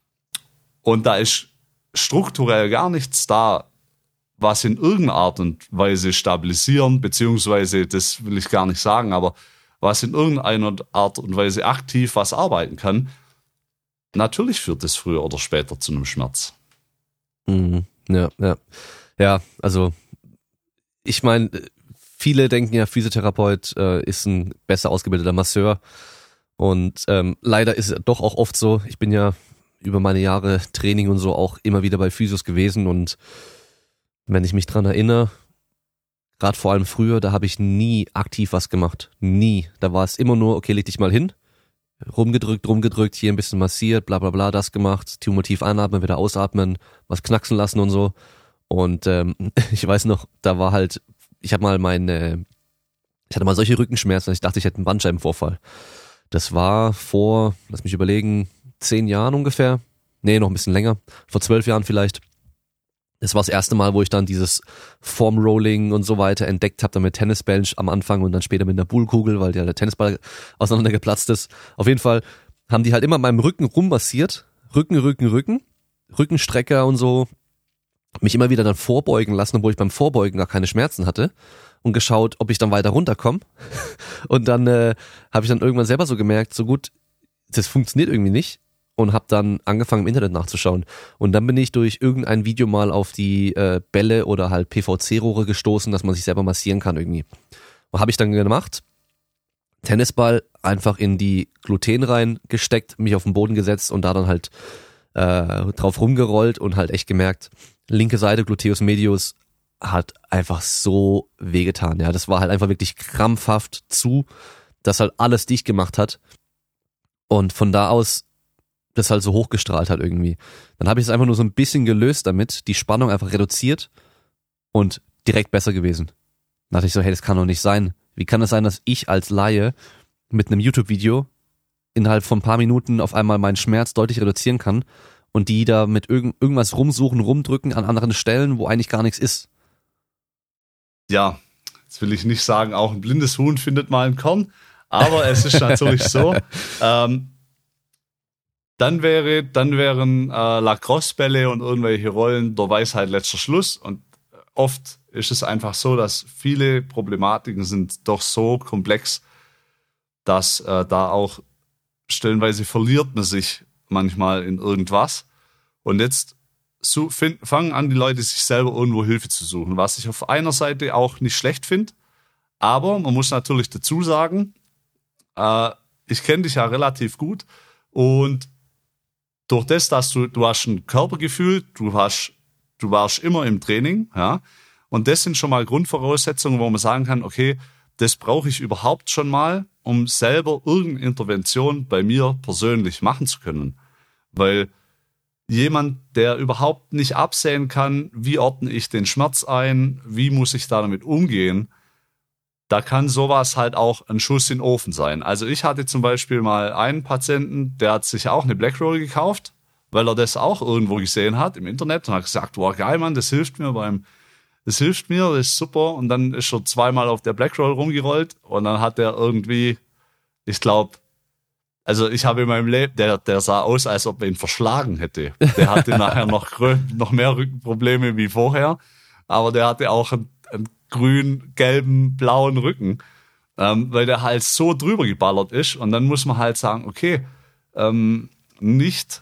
und da ist strukturell gar nichts da, was in irgendeiner Art und Weise stabilisieren, beziehungsweise, das will ich gar nicht sagen, aber was in irgendeiner Art und Weise aktiv was arbeiten kann, natürlich führt das früher oder später zu einem Schmerz. Mhm. Ja, also ich meine, viele denken ja, Physiotherapeut ist ein besser ausgebildeter Masseur und leider ist es doch auch oft so, ich bin ja über meine Jahre Training und so auch immer wieder bei Physios gewesen und wenn ich mich dran erinnere, gerade vor allem früher, da habe ich nie aktiv was gemacht. Nie. Da war es immer nur, okay, leg dich mal hin, rumgedrückt, hier ein bisschen massiert, bla bla bla, das gemacht, tief einatmen, wieder ausatmen, was knacksen lassen und so. Und ich weiß noch, da war halt, ich hatte mal solche Rückenschmerzen, dass ich dachte, ich hätte einen Bandscheibenvorfall. Das war vor, lass mich überlegen, 10 Jahren ungefähr. Nee, noch ein bisschen länger. Vor 12 Jahren vielleicht. Das war das erste Mal, wo ich dann dieses Formrolling und so weiter entdeckt habe, dann mit Tennisbällen am Anfang und dann später mit einer Bullkugel, weil der Tennisball auseinandergeplatzt ist. Auf jeden Fall haben die halt immer an meinem Rücken rummassiert. Rückenstrecker und so. Mich immer wieder dann vorbeugen lassen, obwohl ich beim Vorbeugen gar keine Schmerzen hatte. Und geschaut, ob ich dann weiter runterkomme. Und dann habe ich dann irgendwann selber so gemerkt, so gut, das funktioniert irgendwie nicht. Und habe dann angefangen im Internet nachzuschauen. Und dann bin ich durch irgendein Video mal auf die Bälle oder halt PVC-Rohre gestoßen, dass man sich selber massieren kann irgendwie. Und habe ich dann gemacht. Tennisball einfach in die Gluten reingesteckt, mich auf den Boden gesetzt und da dann halt drauf rumgerollt und halt echt gemerkt, linke Seite, Gluteus medius, hat einfach so wehgetan. Ja, das war halt einfach wirklich krampfhaft zu, dass halt alles dicht gemacht hat. Und von da aus das halt so hochgestrahlt hat irgendwie. Dann habe ich es einfach nur so ein bisschen gelöst damit, die Spannung einfach reduziert und direkt besser gewesen. Dann dachte ich so, hey, das kann doch nicht sein. Wie kann es sein, dass ich als Laie mit einem YouTube-Video innerhalb von ein paar Minuten auf einmal meinen Schmerz deutlich reduzieren kann und die da mit irgendwas rumsuchen, rumdrücken an anderen Stellen, wo eigentlich gar nichts ist. Ja, jetzt will ich nicht sagen, auch ein blindes Huhn findet mal einen Korn, aber es ist natürlich so. Dann wären Lacrosse-Bälle und irgendwelche Rollen der Weisheit letzter Schluss. Und oft ist es einfach so, dass viele Problematiken sind doch so komplex, dass da auch stellenweise verliert man sich manchmal in irgendwas. Und jetzt fangen an, die Leute sich selber irgendwo Hilfe zu suchen, was ich auf einer Seite auch nicht schlecht finde. Aber man muss natürlich dazu sagen, ich kenne dich ja relativ gut und durch das, dass du hast ein Körpergefühl, du warst immer im Training, ja, und das sind schon mal Grundvoraussetzungen, wo man sagen kann, okay, das brauche ich überhaupt schon mal, um selber irgendeine Intervention bei mir persönlich machen zu können. Weil jemand, der überhaupt nicht absehen kann, wie ordne ich den Schmerz ein, wie muss ich damit umgehen, da kann sowas halt auch ein Schuss in den Ofen sein. Also ich hatte zum Beispiel mal einen Patienten, der hat sich auch eine Black Roll gekauft, weil er das auch irgendwo gesehen hat im Internet und hat gesagt, wow, geil, Mann, das hilft mir, das ist super. Und dann ist er zweimal auf der Black Roll rumgerollt und dann hat er irgendwie, ich glaube, also ich habe in meinem Leben, der sah aus, als ob er ihn verschlagen hätte. Der hatte nachher noch mehr Rückenprobleme wie vorher, aber der hatte auch einen grün, gelben, blauen Rücken, weil der halt so drüber geballert ist. Und dann muss man halt sagen, okay, nicht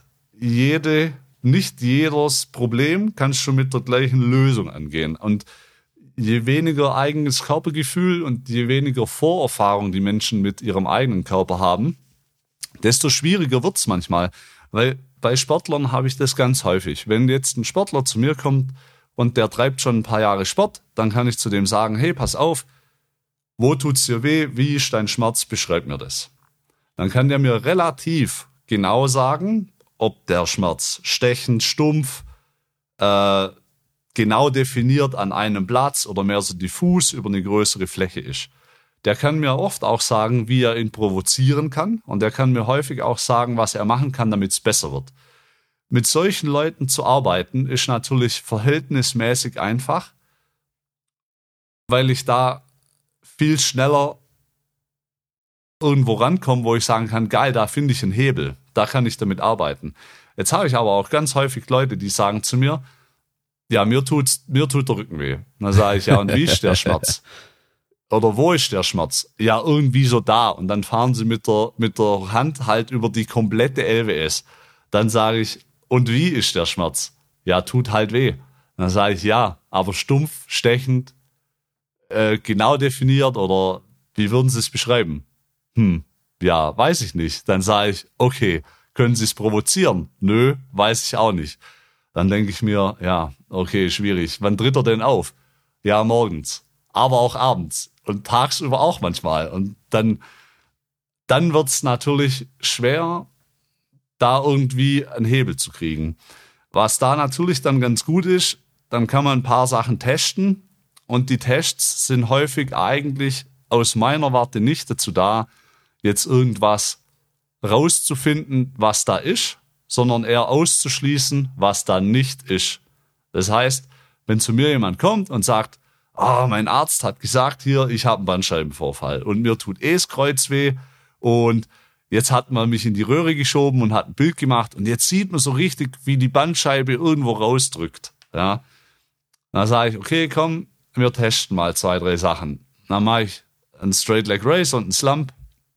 jedes Problem kannst du mit der gleichen Lösung angehen. Und je weniger eigenes Körpergefühl und je weniger Vorerfahrung die Menschen mit ihrem eigenen Körper haben, desto schwieriger wird's manchmal. Weil bei Sportlern habe ich das ganz häufig. Wenn jetzt ein Sportler zu mir kommt und der treibt schon ein paar Jahre Sport, dann kann ich zu dem sagen, hey, pass auf, wo tut's dir weh, wie ist dein Schmerz, beschreib mir das. Dann kann der mir relativ genau sagen, ob der Schmerz stechend, stumpf, genau definiert an einem Platz oder mehr so diffus über eine größere Fläche ist. Der kann mir oft auch sagen, wie er ihn provozieren kann und der kann mir häufig auch sagen, was er machen kann, damit es besser wird. Mit solchen Leuten zu arbeiten, ist natürlich verhältnismäßig einfach, weil ich da viel schneller irgendwo rankomme, wo ich sagen kann, geil, da finde ich einen Hebel, da kann ich damit arbeiten. Jetzt habe ich aber auch ganz häufig Leute, die sagen zu mir, ja, mir tut der Rücken weh. Dann sage ich, ja, und wie ist der Schmerz? Oder wo ist der Schmerz? Ja, irgendwie so da. Und dann fahren sie mit der Hand halt über die komplette LWS. Dann sage ich, und wie ist der Schmerz? Ja, tut halt weh. Dann sage ich, ja, aber stumpf, stechend, genau definiert oder wie würden Sie es beschreiben? Ja, weiß ich nicht. Dann sage ich, okay, können Sie es provozieren? Nö, weiß ich auch nicht. Dann denke ich mir, ja, okay, schwierig. Wann tritt er denn auf? Ja, morgens. Aber auch abends. Und tagsüber auch manchmal. Und dann wird's natürlich schwer, da irgendwie einen Hebel zu kriegen. Was da natürlich dann ganz gut ist, dann kann man ein paar Sachen testen. Und die Tests sind häufig eigentlich aus meiner Warte nicht dazu da, jetzt irgendwas rauszufinden, was da ist, sondern eher auszuschließen, was da nicht ist. Das heißt, wenn zu mir jemand kommt und sagt, mein Arzt hat gesagt hier, ich habe einen Bandscheibenvorfall und mir tut das Kreuz weh und jetzt hat man mich in die Röhre geschoben und hat ein Bild gemacht und jetzt sieht man so richtig, wie die Bandscheibe irgendwo rausdrückt. Ja. Dann sage ich, okay, komm, wir testen mal 2, 3 Sachen. Dann mache ich einen Straight Leg Raise und einen Slump.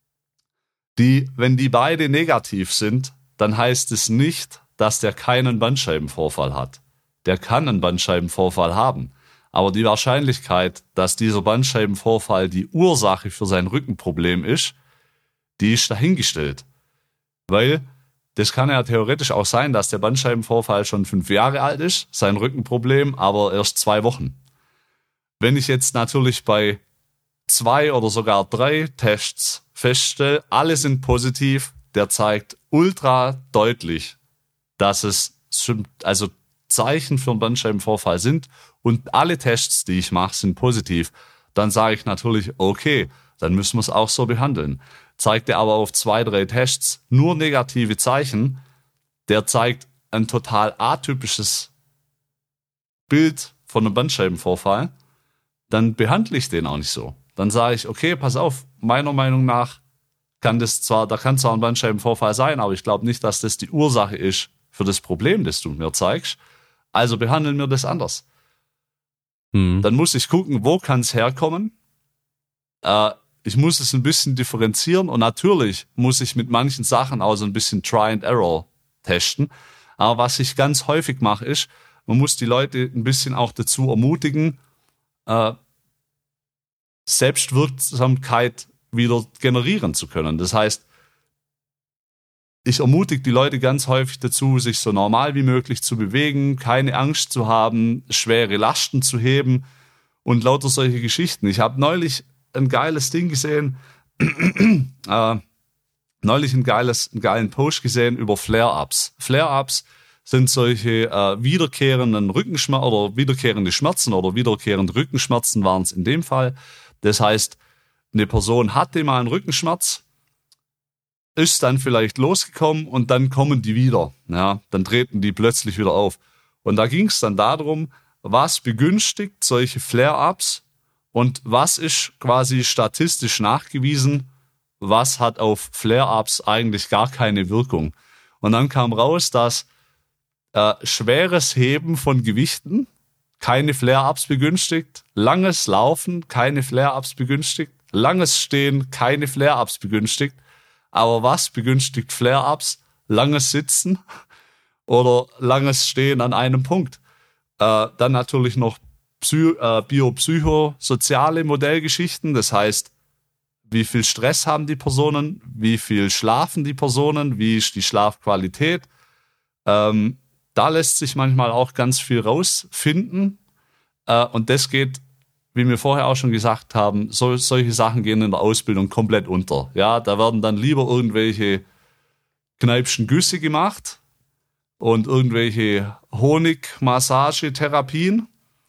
Wenn die beide negativ sind, dann heißt es nicht, dass der keinen Bandscheibenvorfall hat. Der kann einen Bandscheibenvorfall haben. Aber die Wahrscheinlichkeit, dass dieser Bandscheibenvorfall die Ursache für sein Rückenproblem ist, die ist dahingestellt. Weil das kann ja theoretisch auch sein, dass der Bandscheibenvorfall schon 5 Jahre alt ist, sein Rückenproblem aber erst 2 Wochen. Wenn ich jetzt natürlich bei 2 oder sogar 3 Tests feststelle, alle sind positiv, der zeigt ultra deutlich, dass es also Zeichen für einen Bandscheibenvorfall sind und alle Tests, die ich mache, sind positiv, dann sage ich natürlich, okay, dann müssen wir es auch so behandeln. Zeigt er aber auf 2, 3 Tests nur negative Zeichen, der zeigt ein total atypisches Bild von einem Bandscheibenvorfall, dann behandle ich den auch nicht so. Dann sage ich, okay, pass auf, meiner Meinung nach da kann zwar ein Bandscheibenvorfall sein, aber ich glaube nicht, dass das die Ursache ist für das Problem, das du mir zeigst. Also behandeln wir das anders. Dann muss ich gucken, wo kann es herkommen. Ich muss es ein bisschen differenzieren und natürlich muss ich mit manchen Sachen auch so ein bisschen Try and Error testen. Aber was ich ganz häufig mache, ist, man muss die Leute ein bisschen auch dazu ermutigen, Selbstwirksamkeit wieder generieren zu können. Das heißt, ich ermutige die Leute ganz häufig dazu, sich so normal wie möglich zu bewegen, keine Angst zu haben, schwere Lasten zu heben und lauter solche Geschichten. Ich habe neulich ein geiles Ding gesehen, einen geilen Post gesehen über Flare-Ups. Flare-Ups sind solche wiederkehrenden Rückenschmerzen oder wiederkehrende Schmerzen oder wiederkehrende Rückenschmerzen waren es in dem Fall. Das heißt, eine Person hatte mal einen Rückenschmerz, ist dann vielleicht losgekommen und dann kommen die wieder. Ja, dann treten die plötzlich wieder auf. Und da ging es dann darum, was begünstigt solche Flare-Ups und was ist quasi statistisch nachgewiesen, was hat auf Flare-Ups eigentlich gar keine Wirkung. Und dann kam raus, dass schweres Heben von Gewichten keine Flare-Ups begünstigt, langes Laufen keine Flare-Ups begünstigt, langes Stehen keine Flare-Ups begünstigt. Aber was begünstigt Flare-Ups? Langes Sitzen oder langes Stehen an einem Punkt. Dann natürlich noch biopsychosoziale Modellgeschichten. Das heißt, wie viel Stress haben die Personen? Wie viel schlafen die Personen? Wie ist die Schlafqualität? Da lässt sich manchmal auch ganz viel rausfinden. Und das geht, wie wir vorher auch schon gesagt haben, solche Sachen gehen in der Ausbildung komplett unter. Ja, da werden dann lieber irgendwelche Kneipschen Güsse gemacht und irgendwelche Honigmassagetherapien.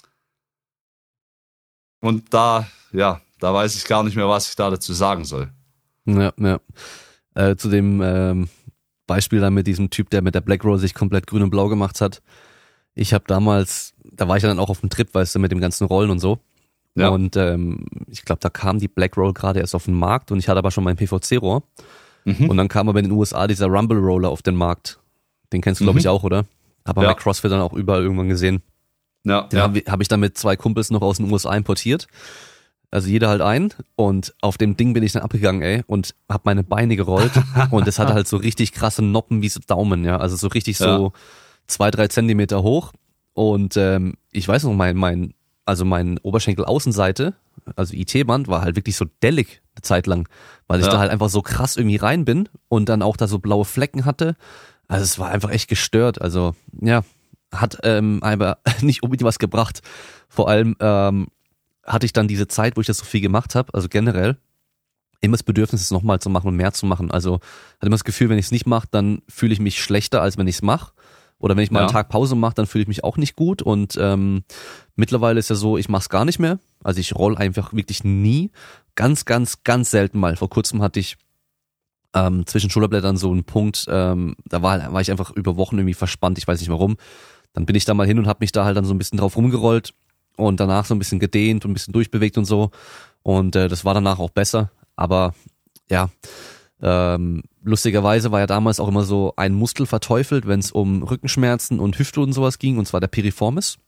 Und da weiß ich gar nicht mehr, was ich da dazu sagen soll. Ja. Zu dem Beispiel da mit diesem Typ, der mit der Black Roll sich komplett grün und blau gemacht hat. Ich habe damals, da war ich ja dann auch auf dem Trip, weißt du, mit dem ganzen Rollen und so. Ja. Und ich glaube, da kam die Black Roll gerade erst auf den Markt und ich hatte aber schon mein PVC-Rohr. Und dann kam aber in den USA dieser Rumble Roller auf den Markt. Den kennst du, glaube ich, auch, oder? Hab bei CrossFit dann auch überall irgendwann gesehen. Ja. Den hab ich dann mit 2 Kumpels noch aus den USA importiert. Also jeder halt ein. Und auf dem Ding bin ich dann abgegangen, und hab meine Beine gerollt. Und es hatte halt so richtig krasse Noppen wie so Daumen, ja. Also so richtig so 2-3 Zentimeter hoch. Und ich weiß noch, mein Oberschenkel-Außenseite, also IT-Band, war halt wirklich so dellig eine Zeit lang, weil ich da halt einfach so krass irgendwie rein bin und dann auch da so blaue Flecken hatte. Also es war einfach echt gestört. Also ja, hat aber nicht unbedingt was gebracht. Vor allem hatte ich dann diese Zeit, wo ich das so viel gemacht habe, also generell, immer das Bedürfnis, es nochmal zu machen und mehr zu machen. Also hatte immer das Gefühl, wenn ich es nicht mache, dann fühle ich mich schlechter, als wenn ich es mache. Oder wenn ich mal einen Tag Pause mache, dann fühle ich mich auch nicht gut. Und mittlerweile ist ja so, ich mache es gar nicht mehr. Also ich roll einfach wirklich nie. Ganz, ganz, ganz selten mal. Vor kurzem hatte ich zwischen Schulterblättern so einen Punkt, da war ich einfach über Wochen irgendwie verspannt, ich weiß nicht warum. Dann bin ich da mal hin und habe mich da halt dann so ein bisschen drauf rumgerollt und danach so ein bisschen gedehnt und ein bisschen durchbewegt und so. Und das war danach auch besser. Aber ja, lustigerweise war ja damals auch immer so ein Muskel verteufelt, wenn es um Rückenschmerzen und Hüfte und sowas ging, und zwar der Piriformis.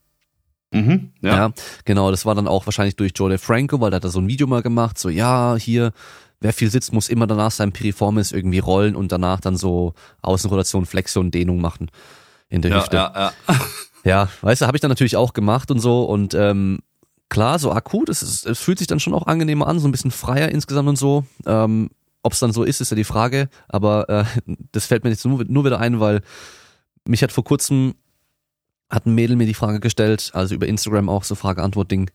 Ja, genau, das war dann auch wahrscheinlich durch Joe DeFranco, weil der hat da so ein Video mal gemacht, so hier, wer viel sitzt, muss immer danach seinen Piriformis irgendwie rollen und danach dann so Außenrotation, Flexion, Dehnung machen in der Hüfte. Ja, weißt du, habe ich dann natürlich auch gemacht und so, und klar, so akut, es fühlt sich dann schon auch angenehmer an, so ein bisschen freier insgesamt und so. Ob es dann so ist ja die Frage, aber das fällt mir jetzt nur wieder ein, weil mich hat vor kurzem, hat ein Mädel mir die Frage gestellt, also über Instagram auch so Frage-Antwort-Ding,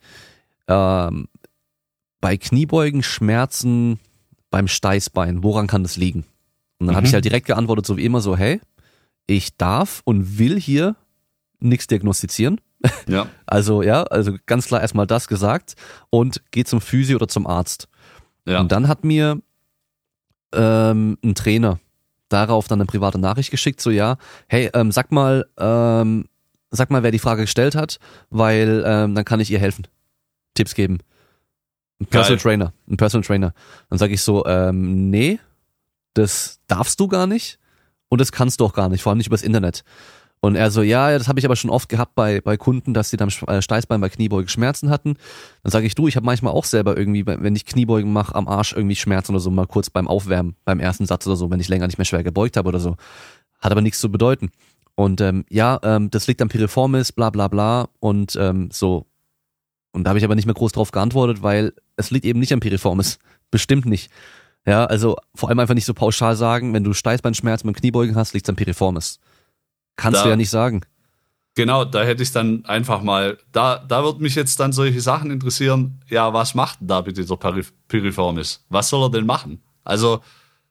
bei Kniebeugen, Schmerzen beim Steißbein, woran kann das liegen? Und dann habe ich halt direkt geantwortet, so wie immer, so hey, ich darf und will hier nichts diagnostizieren. Ja. Also ganz klar erstmal das gesagt und geh zum Physio oder zum Arzt. Ja. Und dann hat mir ein Trainer darauf dann eine private Nachricht geschickt, so ja, hey, sag mal, wer die Frage gestellt hat, weil dann kann ich ihr helfen, Tipps geben. Ein Personal Trainer. Dann sage ich so, nee, das darfst du gar nicht und das kannst du auch gar nicht, vor allem nicht übers Internet. Und er so, ja, das habe ich aber schon oft gehabt bei Kunden, dass die dann Steißbein bei Kniebeugen Schmerzen hatten. Dann sage ich, ich habe manchmal auch selber irgendwie, wenn ich Kniebeugen mache, am Arsch irgendwie Schmerzen oder so, mal kurz beim Aufwärmen, beim ersten Satz oder so, wenn ich länger nicht mehr schwer gebeugt habe oder so. Hat aber nichts zu bedeuten. Und das liegt am Piriformis, bla bla bla und so. Und da habe ich aber nicht mehr groß drauf geantwortet, weil es liegt eben nicht am Piriformis. Bestimmt nicht. Ja, also vor allem einfach nicht so pauschal sagen, wenn du Steißbeinschmerzen beim Kniebeugen hast, liegt's am Piriformis. Kannst du ja nicht sagen. Genau, da hätte ich dann einfach mal, da würde mich jetzt dann solche Sachen interessieren, ja, was macht denn da bitte der Piriformis? Was soll er denn machen? Also,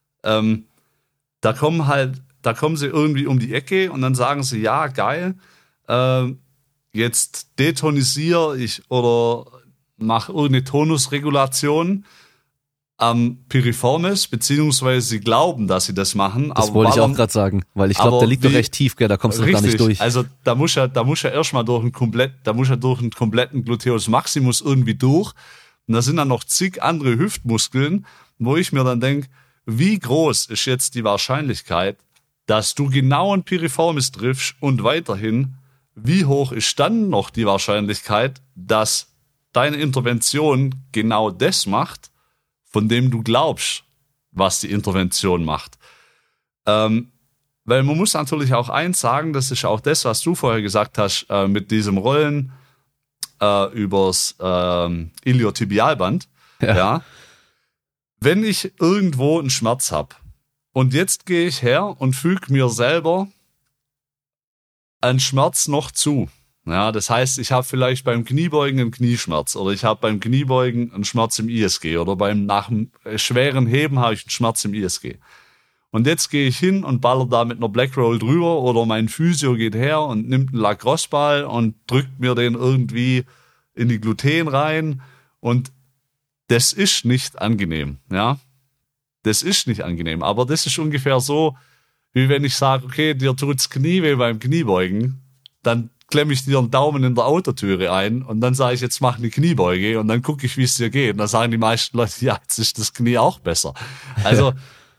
da kommen sie irgendwie um die Ecke und dann sagen sie, ja, geil, jetzt detonisiere ich oder mache irgendeine Tonusregulation am Piriformis, beziehungsweise sie glauben, dass sie das machen. Das wollte ich auch gerade sagen, weil ich glaube, der liegt doch recht tief, gell, da kommst du doch gar nicht durch. Also da muss er erstmal durch einen kompletten Gluteus Maximus irgendwie durch. Und da sind dann noch zig andere Hüftmuskeln, wo ich mir dann denke, wie groß ist jetzt die Wahrscheinlichkeit, dass du genau einen Piriformis triffst und weiterhin, wie hoch ist dann noch die Wahrscheinlichkeit, dass deine Intervention genau das macht, von dem du glaubst, was die Intervention macht. Weil man muss natürlich auch eins sagen, das ist auch das, was du vorher gesagt hast, mit diesem Rollen übers Iliotibialband. Ja. Wenn ich irgendwo einen Schmerz habe und jetzt gehe ich her und füge mir selber einen Schmerz noch zu. Ja, das heißt, ich habe vielleicht beim Kniebeugen einen Knieschmerz oder ich habe beim Kniebeugen einen Schmerz im ISG oder nach einem schweren Heben habe ich einen Schmerz im ISG. Und jetzt gehe ich hin und baller da mit einer Black Roll drüber oder mein Physio geht her und nimmt einen Lacrosse-Ball und drückt mir den irgendwie in die Gluten rein und das ist nicht angenehm, ja. Das ist nicht angenehm, aber das ist ungefähr so, wie wenn ich sage, okay, dir tut's Knie weh beim Kniebeugen, dann klemme ich dir einen Daumen in der Autotüre ein und dann sage ich, jetzt mach eine Kniebeuge und dann gucke ich, wie es dir geht. Und dann sagen die meisten Leute, ja, jetzt ist das Knie auch besser. Also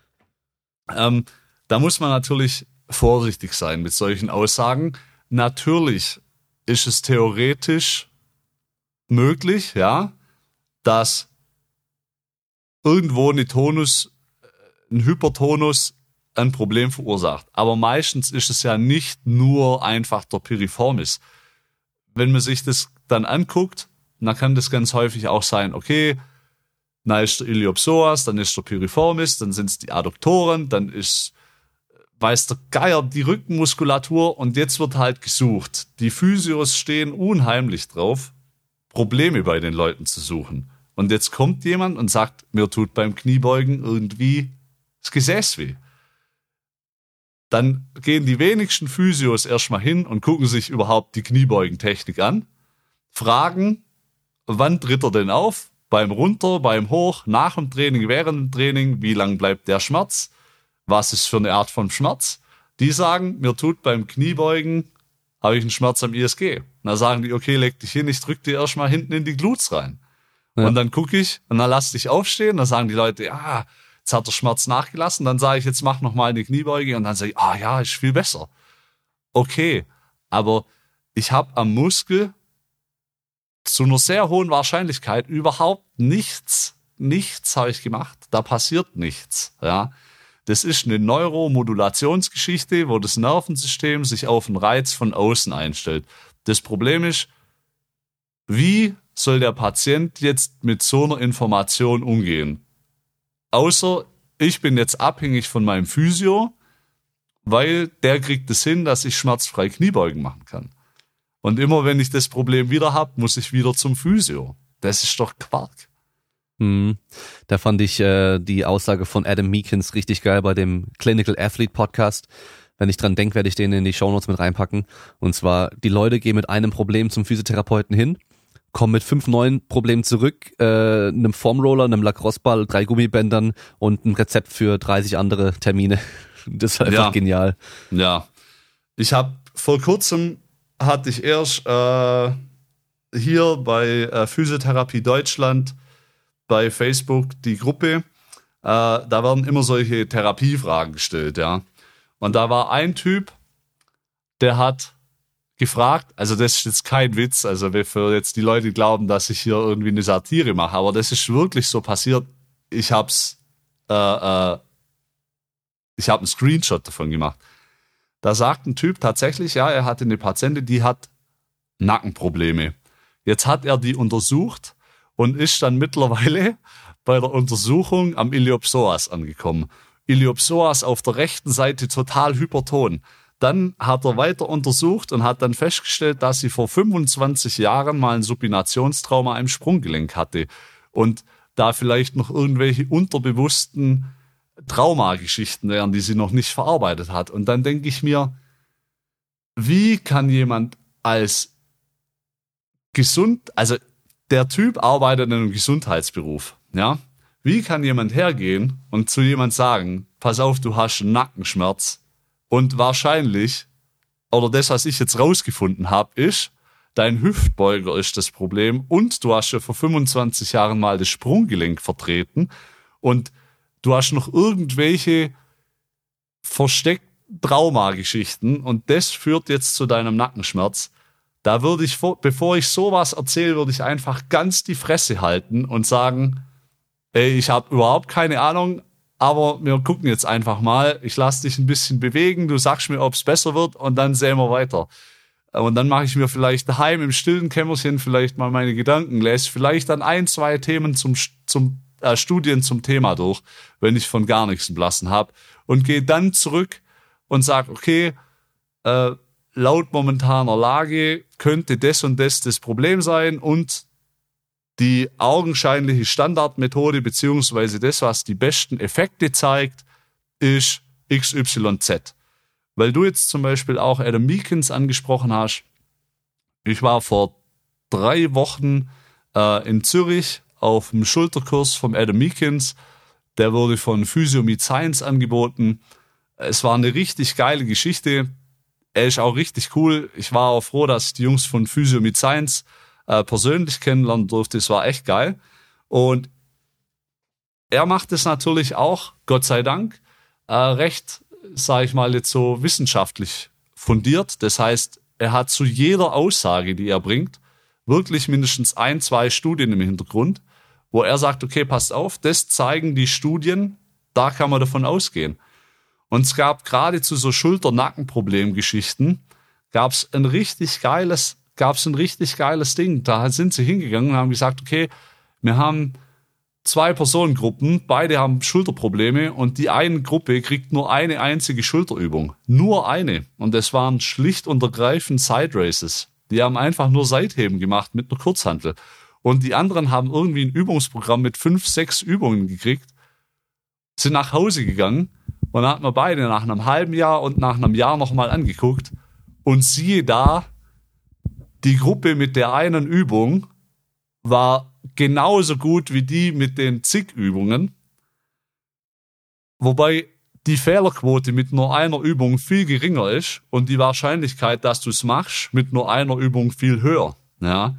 da muss man natürlich vorsichtig sein mit solchen Aussagen. Natürlich ist es theoretisch möglich, ja, dass irgendwo ein Hypertonus ein Problem verursacht. Aber meistens ist es ja nicht nur einfach der Piriformis. Wenn man sich das dann anguckt, dann kann das ganz häufig auch sein, okay, dann ist der Iliopsoas, dann ist der Piriformis, dann sind es die Adduktoren, dann ist, weiß der Geier, die Rückenmuskulatur und jetzt wird halt gesucht. Die Physios stehen unheimlich drauf, Probleme bei den Leuten zu suchen. Und jetzt kommt jemand und sagt, mir tut beim Kniebeugen irgendwie das Gesäß weh. Dann gehen die wenigsten Physios erstmal hin und gucken sich überhaupt die Kniebeugentechnik an, fragen, wann tritt er denn auf? Beim Runter, beim Hoch, nach dem Training, während dem Training, wie lang bleibt der Schmerz? Was ist für eine Art von Schmerz? Die sagen, mir tut beim Kniebeugen, habe ich einen Schmerz am ISG. Dann sagen die, okay, leg dich hin, ich drück dir erstmal hinten in die Glutes rein. Ja. Und dann gucke ich und dann lass dich aufstehen, dann sagen die Leute, ja, jetzt hat der Schmerz nachgelassen, dann sage ich, jetzt mach noch mal eine Kniebeuge und dann sage ich, ja, ist viel besser. Okay, aber ich habe am Muskel zu einer sehr hohen Wahrscheinlichkeit überhaupt nichts habe ich gemacht. Da passiert nichts, ja. Das ist eine Neuromodulationsgeschichte, wo das Nervensystem sich auf einen Reiz von außen einstellt. Das Problem ist, wie soll der Patient jetzt mit so einer Information umgehen? Außer ich bin jetzt abhängig von meinem Physio, weil der kriegt es hin, dass ich schmerzfrei Kniebeugen machen kann. Und immer wenn ich das Problem wieder habe, muss ich wieder zum Physio. Das ist doch Quark. Da fand ich die Aussage von Adam Meekins richtig geil bei dem Clinical Athlete Podcast. Wenn ich dran denke, werde ich den in die Shownotes mit reinpacken. Und zwar, die Leute gehen mit einem Problem zum Physiotherapeuten hin, kommen mit 5 neuen Problemen zurück, einem Foamroller, einem Lacrosse-Ball, 3 Gummibändern und ein Rezept für 30 andere Termine. Das ist einfach genial. Ja. Ich habe vor kurzem hatte ich erst hier bei Physiotherapie Deutschland bei Facebook die Gruppe. Da werden immer solche Therapiefragen gestellt, ja. Und da war ein Typ, der hat gefragt, also das ist jetzt kein Witz, also für jetzt die Leute glauben, dass ich hier irgendwie eine Satire mache, aber das ist wirklich so passiert. Ich habe einen Screenshot davon gemacht. Da sagt ein Typ tatsächlich, ja, er hatte eine Patientin, die hat Nackenprobleme. Jetzt hat er die untersucht und ist dann mittlerweile bei der Untersuchung am Iliopsoas angekommen. Iliopsoas auf der rechten Seite total hyperton. Dann hat er weiter untersucht und hat dann festgestellt, dass sie vor 25 Jahren mal ein Supinationstrauma im Sprunggelenk hatte und da vielleicht noch irgendwelche unterbewussten Traumageschichten wären, die sie noch nicht verarbeitet hat. Und dann denke ich mir, wie kann jemand als also der Typ arbeitet in einem Gesundheitsberuf, ja? Wie kann jemand hergehen und zu jemand sagen, pass auf, du hast einen Nackenschmerz und wahrscheinlich, oder das, was ich jetzt rausgefunden habe, ist, dein Hüftbeuger ist das Problem und du hast ja vor 25 Jahren mal das Sprunggelenk vertreten und du hast noch irgendwelche versteckten Traumageschichten und das führt jetzt zu deinem Nackenschmerz. Da würde ich, bevor ich sowas erzähle, würde ich einfach ganz die Fresse halten und sagen, ey, ich habe überhaupt keine Ahnung, aber wir gucken jetzt einfach mal. Ich lasse dich ein bisschen bewegen, du sagst mir, ob es besser wird und dann sehen wir weiter. Und dann mache ich mir vielleicht daheim im stillen Kämmerchen vielleicht mal meine Gedanken, lese vielleicht dann 1, 2 Themen Studien zum Thema durch, wenn ich von gar nichts einen Blassen habe und gehe dann zurück und sage, okay, laut momentaner Lage könnte das und das Problem sein und die augenscheinliche Standardmethode beziehungsweise das, was die besten Effekte zeigt, ist XYZ. Weil du jetzt zum Beispiel auch Adam Meakins angesprochen hast. Ich war vor 3 Wochen in Zürich auf dem Schulterkurs vom Adam Meakins. Der wurde von Physio Meet Science angeboten. Es war eine richtig geile Geschichte. Er ist auch richtig cool. Ich war auch froh, dass ich die Jungs von Physio Meet Science persönlich kennenlernen durfte. Es war echt geil. Und er macht es natürlich auch, Gott sei Dank, recht, sage ich mal, jetzt so wissenschaftlich fundiert. Das heißt, er hat zu jeder Aussage, die er bringt, wirklich mindestens 1, 2 Studien im Hintergrund, wo er sagt, okay, passt auf, das zeigen die Studien, da kann man davon ausgehen. Und es gab gerade zu so Schulter-Nacken-Problem-Geschichten, gab es ein richtig geiles Ding. Da sind sie hingegangen und haben gesagt, okay, wir haben 2 Personengruppen, beide haben Schulterprobleme und die eine Gruppe kriegt nur eine einzige Schulterübung. Nur eine. Und das waren schlicht und ergreifend Side Races. Die haben einfach nur Seitheben gemacht mit einer Kurzhantel. Und die anderen haben irgendwie ein Übungsprogramm mit 5, 6 Übungen gekriegt, sind nach Hause gegangen und dann hat man beide nach einem halben Jahr und nach einem Jahr nochmal angeguckt und siehe da, die Gruppe mit der einen Übung war genauso gut wie die mit den zig Übungen, wobei die Fehlerquote mit nur einer Übung viel geringer ist und die Wahrscheinlichkeit, dass du es machst, mit nur einer Übung viel höher. Ja.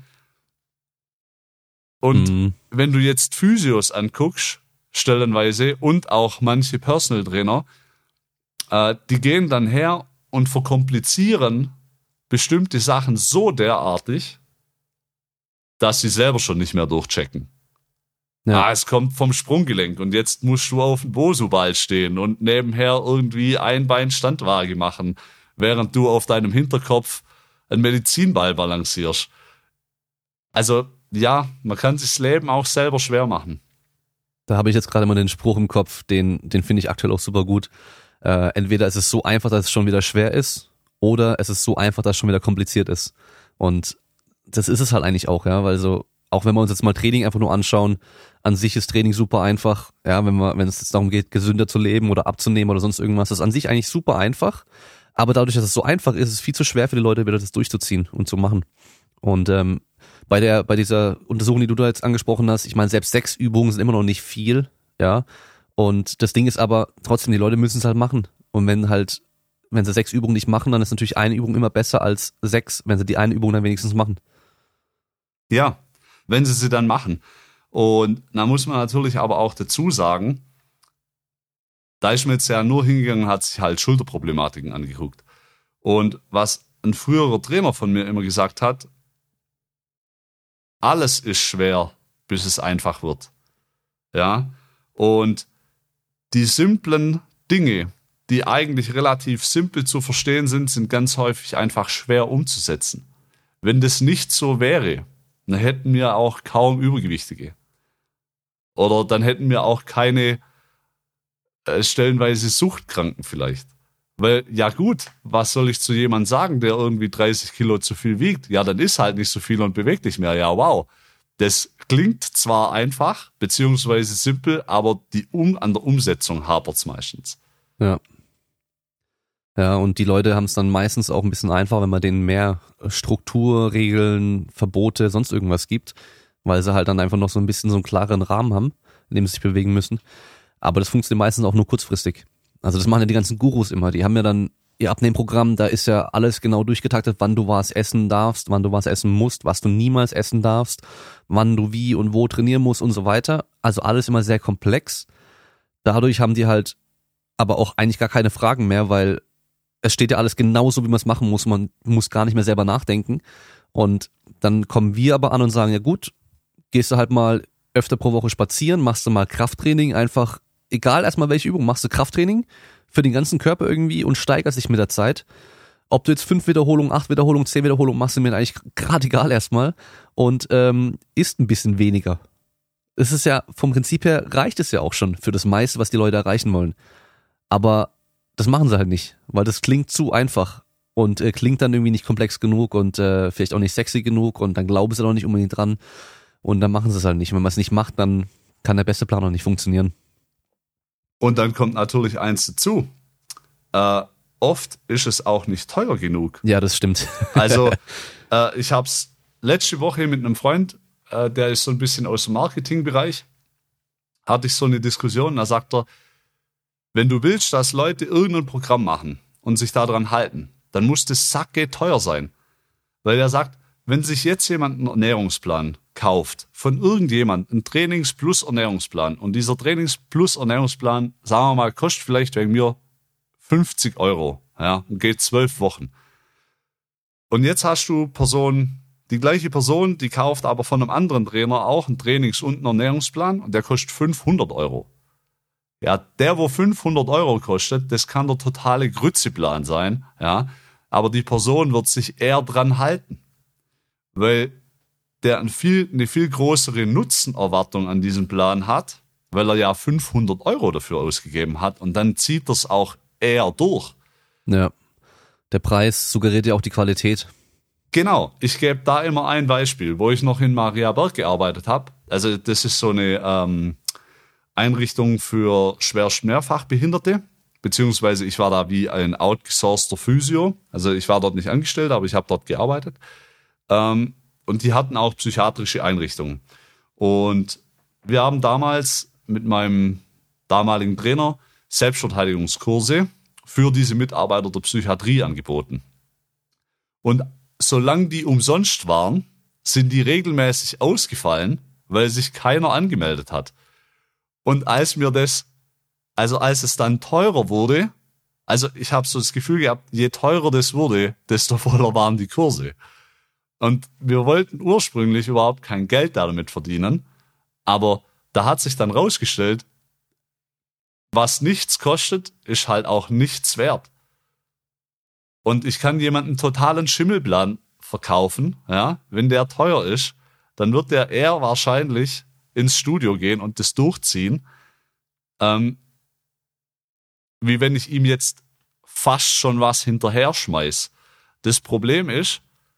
Und wenn du jetzt Physios anguckst, stellenweise, und auch manche Personal Trainer, die gehen dann her und verkomplizieren bestimmte Sachen so derartig, dass sie selber schon nicht mehr durchchecken. Ja. Es kommt vom Sprunggelenk und jetzt musst du auf dem Bosu-Ball stehen und nebenher irgendwie Einbein-Standwaage machen, während du auf deinem Hinterkopf einen Medizinball balancierst. Also ja, man kann sich das Leben auch selber schwer machen. Da habe ich jetzt gerade mal den Spruch im Kopf, den finde ich aktuell auch super gut. Entweder ist es so einfach, dass es schon wieder schwer ist, oder es ist so einfach, dass es schon wieder kompliziert ist. Und das ist es halt eigentlich auch, ja, weil so, auch wenn wir uns jetzt mal Training einfach nur anschauen, an sich ist Training super einfach, ja, wenn es jetzt darum geht, gesünder zu leben oder abzunehmen oder sonst irgendwas, das ist an sich eigentlich super einfach, aber dadurch, dass es so einfach ist, ist es viel zu schwer für die Leute, wieder das durchzuziehen und zu machen. Und bei dieser Untersuchung, die du da jetzt angesprochen hast, ich meine, selbst 6 Übungen sind immer noch nicht viel, ja, und das Ding ist aber trotzdem, die Leute müssen es halt machen. Und wenn sie 6 Übungen nicht machen, dann ist natürlich eine Übung immer besser als 6, wenn sie die eine Übung dann wenigstens machen. Ja, wenn sie dann machen. Und da muss man natürlich aber auch dazu sagen, da ist man jetzt ja nur hingegangen und hat sich halt Schulterproblematiken angeguckt. Und was ein früherer Trainer von mir immer gesagt hat, alles ist schwer, bis es einfach wird. Ja, und die simplen Dinge, die eigentlich relativ simpel zu verstehen sind, sind ganz häufig einfach schwer umzusetzen. Wenn das nicht so wäre, dann hätten wir auch kaum Übergewichtige. Oder dann hätten wir auch keine stellenweise Suchtkranken vielleicht. Weil, ja gut, was soll ich zu jemandem sagen, der irgendwie 30 Kilo zu viel wiegt? Ja, dann ist halt nicht so viel und bewegt nicht mehr. Ja, wow. Das klingt zwar einfach, beziehungsweise simpel, aber an der Umsetzung hapert es meistens. Ja. Ja, und die Leute haben es dann meistens auch ein bisschen einfacher, wenn man denen mehr Struktur, Regeln, Verbote, sonst irgendwas gibt, weil sie halt dann einfach noch so ein bisschen so einen klaren Rahmen haben, in dem sie sich bewegen müssen. Aber das funktioniert meistens auch nur kurzfristig. Also das machen ja die ganzen Gurus immer. Die haben ja dann ihr Abnehmprogramm, da ist ja alles genau durchgetaktet, wann du was essen darfst, wann du was essen musst, was du niemals essen darfst, wann du wie und wo trainieren musst und so weiter. Also alles immer sehr komplex. Dadurch haben die halt aber auch eigentlich gar keine Fragen mehr, weil es steht ja alles genauso, wie man es machen muss. Man muss gar nicht mehr selber nachdenken. Und dann kommen wir aber an und sagen, ja gut, gehst du halt mal öfter pro Woche spazieren, machst du mal Krafttraining, einfach, egal erstmal welche Übung, machst du Krafttraining für den ganzen Körper irgendwie und steigerst dich mit der Zeit. Ob du jetzt 5 Wiederholungen, 8 Wiederholungen, 10 Wiederholungen machst, ist mir eigentlich gerade egal erstmal und isst ein bisschen weniger. Es ist ja, vom Prinzip her reicht es ja auch schon für das meiste, was die Leute erreichen wollen. Aber das machen sie halt nicht, weil das klingt zu einfach und klingt dann irgendwie nicht komplex genug und vielleicht auch nicht sexy genug und dann glauben sie doch nicht unbedingt dran und dann machen sie es halt nicht. Und wenn man es nicht macht, dann kann der beste Plan auch nicht funktionieren. Und dann kommt natürlich eins dazu. Oft ist es auch nicht teuer genug. Ja, das stimmt. Also ich habe es letzte Woche mit einem Freund, der ist so ein bisschen aus dem Marketingbereich, hatte ich so eine Diskussion, da sagt er, wenn du willst, dass Leute irgendein Programm machen und sich daran halten, dann muss das sacke teuer sein. Weil er sagt, wenn sich jetzt jemand einen Ernährungsplan kauft, von irgendjemand, einen Trainings-plus-Ernährungsplan, und dieser Trainings-plus-Ernährungsplan, sagen wir mal, kostet vielleicht wegen mir 50 €, ja, und geht 12 Wochen. Und jetzt hast du die gleiche Person, die kauft aber von einem anderen Trainer auch einen Trainings- und einen Ernährungsplan und der kostet 500 €. Ja, der, wo 500 € kostet, das kann der totale Grützeplan sein, ja, aber die Person wird sich eher dran halten, weil der eine viel größere Nutzenerwartung an diesem Plan hat, weil er ja 500 € dafür ausgegeben hat und dann zieht das auch eher durch. Ja, der Preis suggeriert ja auch die Qualität. Genau, ich gebe da immer ein Beispiel, wo ich noch in Mariaberg gearbeitet habe. Also das ist so eine Einrichtung für schwerst Mehrfachbehinderte, beziehungsweise ich war da wie ein outgesourceter Physio. Also ich war dort nicht angestellt, aber ich habe dort gearbeitet. Und die hatten auch psychiatrische Einrichtungen. Und wir haben damals mit meinem damaligen Trainer Selbstverteidigungskurse für diese Mitarbeiter der Psychiatrie angeboten. Und solange die umsonst waren, sind die regelmäßig ausgefallen, weil sich keiner angemeldet hat. Und als es dann teurer wurde, also ich habe so das Gefühl gehabt, je teurer das wurde, desto voller waren die Kurse. Und wir wollten ursprünglich überhaupt kein Geld damit verdienen, aber da hat sich dann rausgestellt, was nichts kostet, ist halt auch nichts wert. Und ich kann jemanden totalen Schimmelplan verkaufen, ja, wenn der teuer ist, dann wird der eher wahrscheinlich ins Studio gehen und das durchziehen, wie wenn ich ihm jetzt fast schon was hinterher schmeiß. Das Problem ist,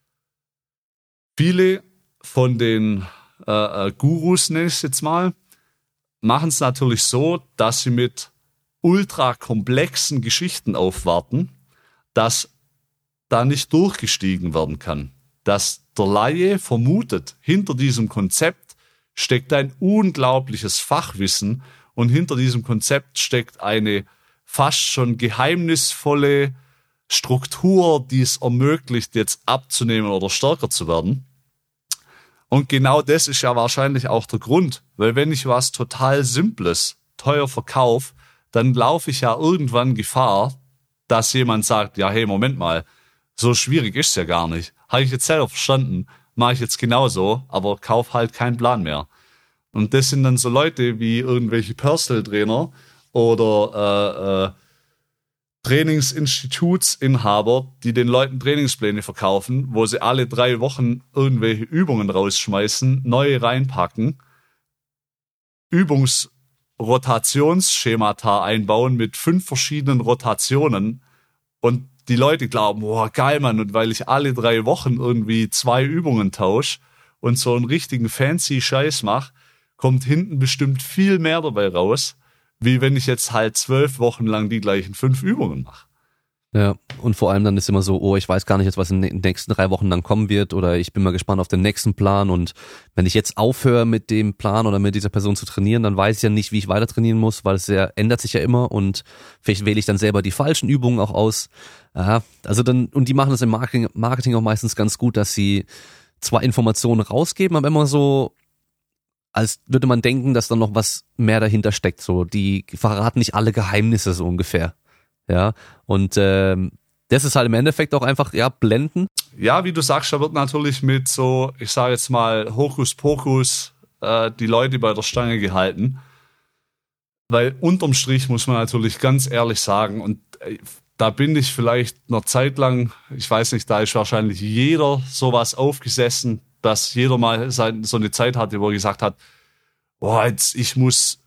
viele von den Gurus, nenne ich es jetzt mal, machen es natürlich so, dass sie mit ultra komplexen Geschichten aufwarten, dass da nicht durchgestiegen werden kann. Dass der Laie vermutet, hinter diesem Konzept steckt ein unglaubliches Fachwissen und hinter diesem Konzept steckt eine fast schon geheimnisvolle Struktur, die es ermöglicht, jetzt abzunehmen oder stärker zu werden. Und genau das ist ja wahrscheinlich auch der Grund, weil wenn ich was total Simples teuer verkaufe, dann laufe ich ja irgendwann Gefahr, dass jemand sagt, ja, hey, Moment mal, so schwierig ist es ja gar nicht. Habe ich jetzt selber verstanden, mache ich jetzt genauso, aber kauf halt keinen Plan mehr. Und das sind dann so Leute wie irgendwelche Personal Trainer oder Trainingsinstitutsinhaber, die den Leuten Trainingspläne verkaufen, wo sie alle 3 Wochen irgendwelche Übungen rausschmeißen, neue reinpacken, Übungsrotationsschemata einbauen mit 5 verschiedenen Rotationen und die Leute glauben, boah, geil, Mann, und weil ich alle 3 Wochen irgendwie 2 Übungen tausche und so einen richtigen fancy Scheiß mache, kommt hinten bestimmt viel mehr dabei raus, wie wenn ich jetzt halt 12 Wochen lang die gleichen 5 Übungen mache. Ja, und vor allem dann ist immer so, oh, ich weiß gar nicht jetzt, was in den nächsten 3 Wochen dann kommen wird oder ich bin mal gespannt auf den nächsten Plan und wenn ich jetzt aufhöre mit dem Plan oder mit dieser Person zu trainieren, dann weiß ich ja nicht, wie ich weiter trainieren muss, weil es ja ändert sich ja immer und vielleicht wähle ich dann selber die falschen Übungen auch aus. Ja, also dann, und die machen das im Marketing auch meistens ganz gut, dass sie zwar Informationen rausgeben, aber immer so, als würde man denken, dass da noch was mehr dahinter steckt. So, die verraten nicht alle Geheimnisse so ungefähr. Ja, und das ist halt im Endeffekt auch einfach, ja, blenden. Ja, wie du sagst, da wird natürlich mit so, ich sage jetzt mal, Hokuspokus die Leute bei der Stange gehalten. Weil unterm Strich muss man natürlich ganz ehrlich sagen, und da bin ich vielleicht eine Zeit lang, ich weiß nicht, da ist wahrscheinlich jeder sowas aufgesessen, dass jeder mal so eine Zeit hatte, wo er gesagt hat, boah, jetzt ich muss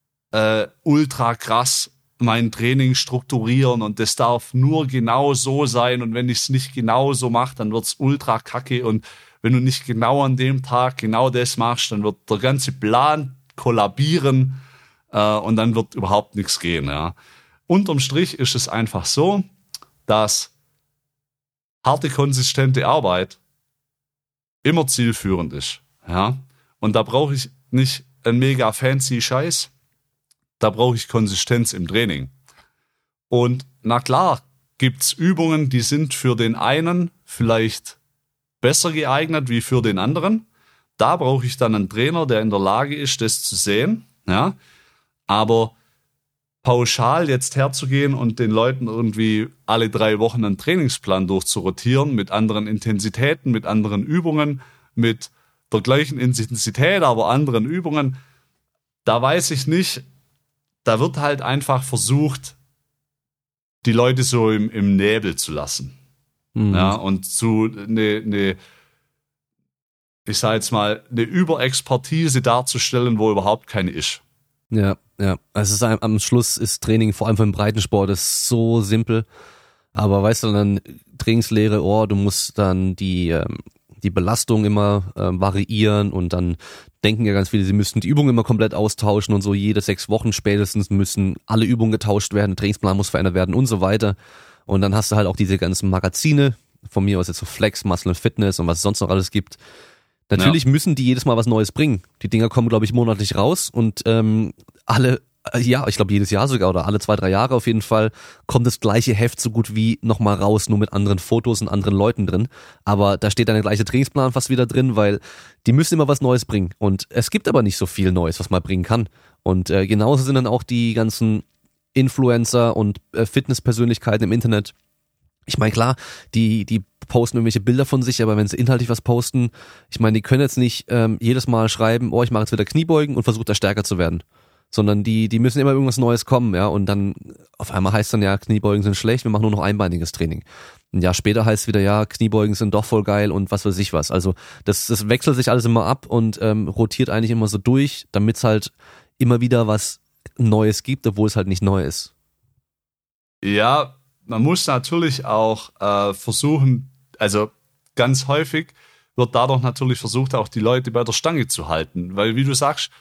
ultra krass mein Training strukturieren und das darf nur genau so sein und wenn ich es nicht genau so mache, dann wird's ultra kacke und wenn du nicht genau an dem Tag genau das machst, dann wird der ganze Plan kollabieren und dann wird überhaupt nichts gehen. Ja. Unterm Strich ist es einfach so, dass harte, konsistente Arbeit immer zielführend ist. Ja? Und da brauche ich nicht einen mega fancy Scheiß, da brauche ich Konsistenz im Training. Und na klar, gibt's Übungen, die sind für den einen vielleicht besser geeignet wie für den anderen. Da brauche ich dann einen Trainer, der in der Lage ist, das zu sehen. Ja? Aber pauschal jetzt herzugehen und den Leuten irgendwie alle 3 Wochen einen Trainingsplan durchzurotieren mit anderen Intensitäten, mit anderen Übungen, mit der gleichen Intensität, aber anderen Übungen, da weiß ich nicht, da wird halt einfach versucht, die Leute so im Nebel zu lassen. Mhm. Ja, und ich sage jetzt mal, eine Überexpertise darzustellen, wo überhaupt keine ist. Ja, ja. Also am Schluss ist Training, vor allem für den Breitensport, ist so simpel. Aber weißt du, dann Trainingslehre, du musst dann die Belastung immer variieren und dann denken ja ganz viele, sie müssten die Übungen immer komplett austauschen und so jede 6 Wochen spätestens müssen alle Übungen getauscht werden, der Trainingsplan muss verändert werden und so weiter. Und dann hast du halt auch diese ganzen Magazine, von mir aus jetzt so Flex, Muscle and Fitness und was es sonst noch alles gibt. Natürlich müssen die jedes Mal was Neues bringen. Die Dinger kommen, glaube ich, monatlich raus und ich glaube jedes Jahr sogar oder alle 2-3 Jahre auf jeden Fall kommt das gleiche Heft so gut wie nochmal raus, nur mit anderen Fotos und anderen Leuten drin. Aber da steht dann der gleiche Trainingsplan fast wieder drin, weil die müssen immer was Neues bringen. Und es gibt aber nicht so viel Neues, was man bringen kann. Und genauso sind dann auch die ganzen Influencer und Fitnesspersönlichkeiten im Internet. Ich meine, klar, die posten irgendwelche Bilder von sich, aber wenn sie inhaltlich was posten, ich meine, die können jetzt nicht jedes Mal schreiben, ich mache jetzt wieder Kniebeugen und versuche da stärker zu werden. Sondern die müssen immer irgendwas Neues kommen, ja, und dann auf einmal heißt dann, ja, Kniebeugen sind schlecht, wir machen nur noch einbeiniges Training. Ein Jahr später heißt es wieder, ja, Kniebeugen sind doch voll geil und was weiß ich was. Also das wechselt sich alles immer ab und rotiert eigentlich immer so durch, damit es halt immer wieder was Neues gibt, obwohl es halt nicht neu ist. Ja, man muss natürlich auch versuchen, also ganz häufig wird dadurch natürlich versucht, auch die Leute bei der Stange zu halten, weil wie du sagst,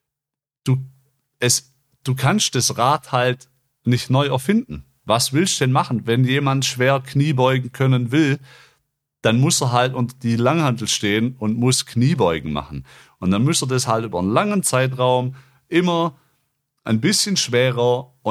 du kannst das Rad halt nicht neu erfinden. Was willst du denn machen? Wenn jemand schwer Kniebeugen können will, dann muss er halt unter die Langhantel stehen und muss Kniebeugen machen. Und dann muss er das halt über einen langen Zeitraum immer ein bisschen schwerer und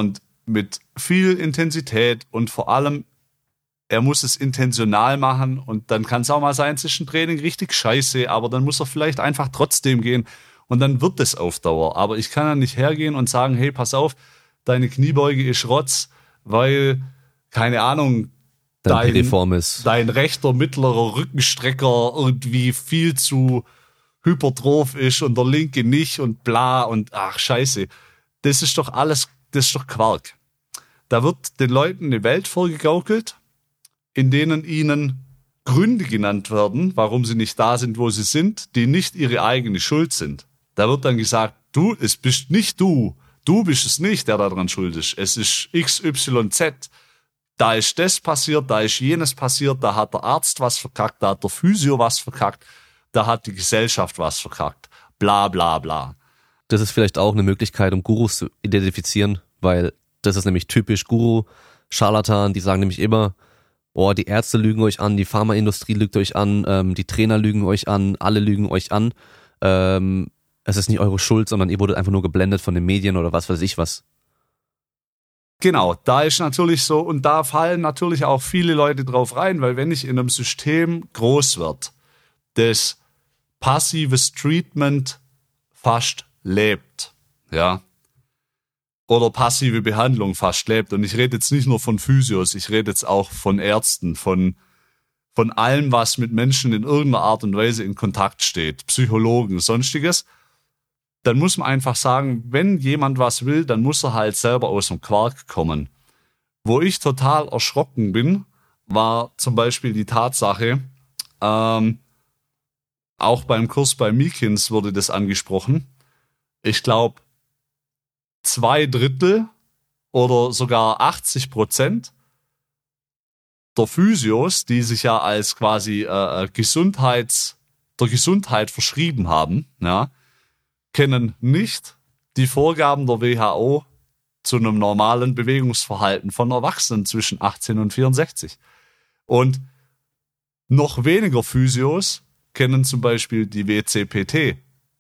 mit viel Intensität und vor allem, er muss es intentional machen und dann kann es auch mal sein, zwischen Training richtig scheiße, aber dann muss er vielleicht einfach trotzdem gehen und dann wird es auf Dauer. Aber ich kann ja nicht hergehen und sagen, hey, pass auf, deine Kniebeuge ist Rotz, weil, keine Ahnung, dein rechter, mittlerer Rückenstrecker irgendwie viel zu hypertroph ist und der linke nicht und bla und ach scheiße. Das ist doch Quark. Da wird den Leuten eine Welt vorgegaukelt, in denen ihnen Gründe genannt werden, warum sie nicht da sind, wo sie sind, die nicht ihre eigene Schuld sind. Da wird dann gesagt, es bist nicht du bist es nicht, der daran schuld ist. Es ist XYZ. Da ist das passiert, da ist jenes passiert, da hat der Arzt was verkackt, da hat der Physio was verkackt, da hat die Gesellschaft was verkackt. Bla bla bla. Das ist vielleicht auch eine Möglichkeit, um Gurus zu identifizieren, weil das ist nämlich typisch Guru, Scharlatan, die sagen nämlich immer, die Ärzte lügen euch an, die Pharmaindustrie lügt euch an, die Trainer lügen euch an, alle lügen euch an. Es ist nicht eure Schuld, sondern ihr wurdet einfach nur geblendet von den Medien oder was weiß ich was. Genau, da ist natürlich so, und da fallen natürlich auch viele Leute drauf rein, weil wenn ich in einem System groß wird, das passives Treatment fast lebt, ja, oder passive Behandlung fast lebt. Und ich rede jetzt nicht nur von Physios, ich rede jetzt auch von Ärzten, von allem, was mit Menschen in irgendeiner Art und Weise in Kontakt steht, Psychologen, sonstiges. Dann muss man einfach sagen, wenn jemand was will, dann muss er halt selber aus dem Quark kommen. Wo ich total erschrocken bin, war zum Beispiel die Tatsache, auch beim Kurs bei Meakins wurde das angesprochen. Ich glaube, 2/3 oder sogar 80% der Physios, die sich ja als quasi der Gesundheit verschrieben haben, ja, kennen nicht die Vorgaben der WHO zu einem normalen Bewegungsverhalten von Erwachsenen zwischen 18 und 64. Und noch weniger Physios kennen zum Beispiel die WCPT,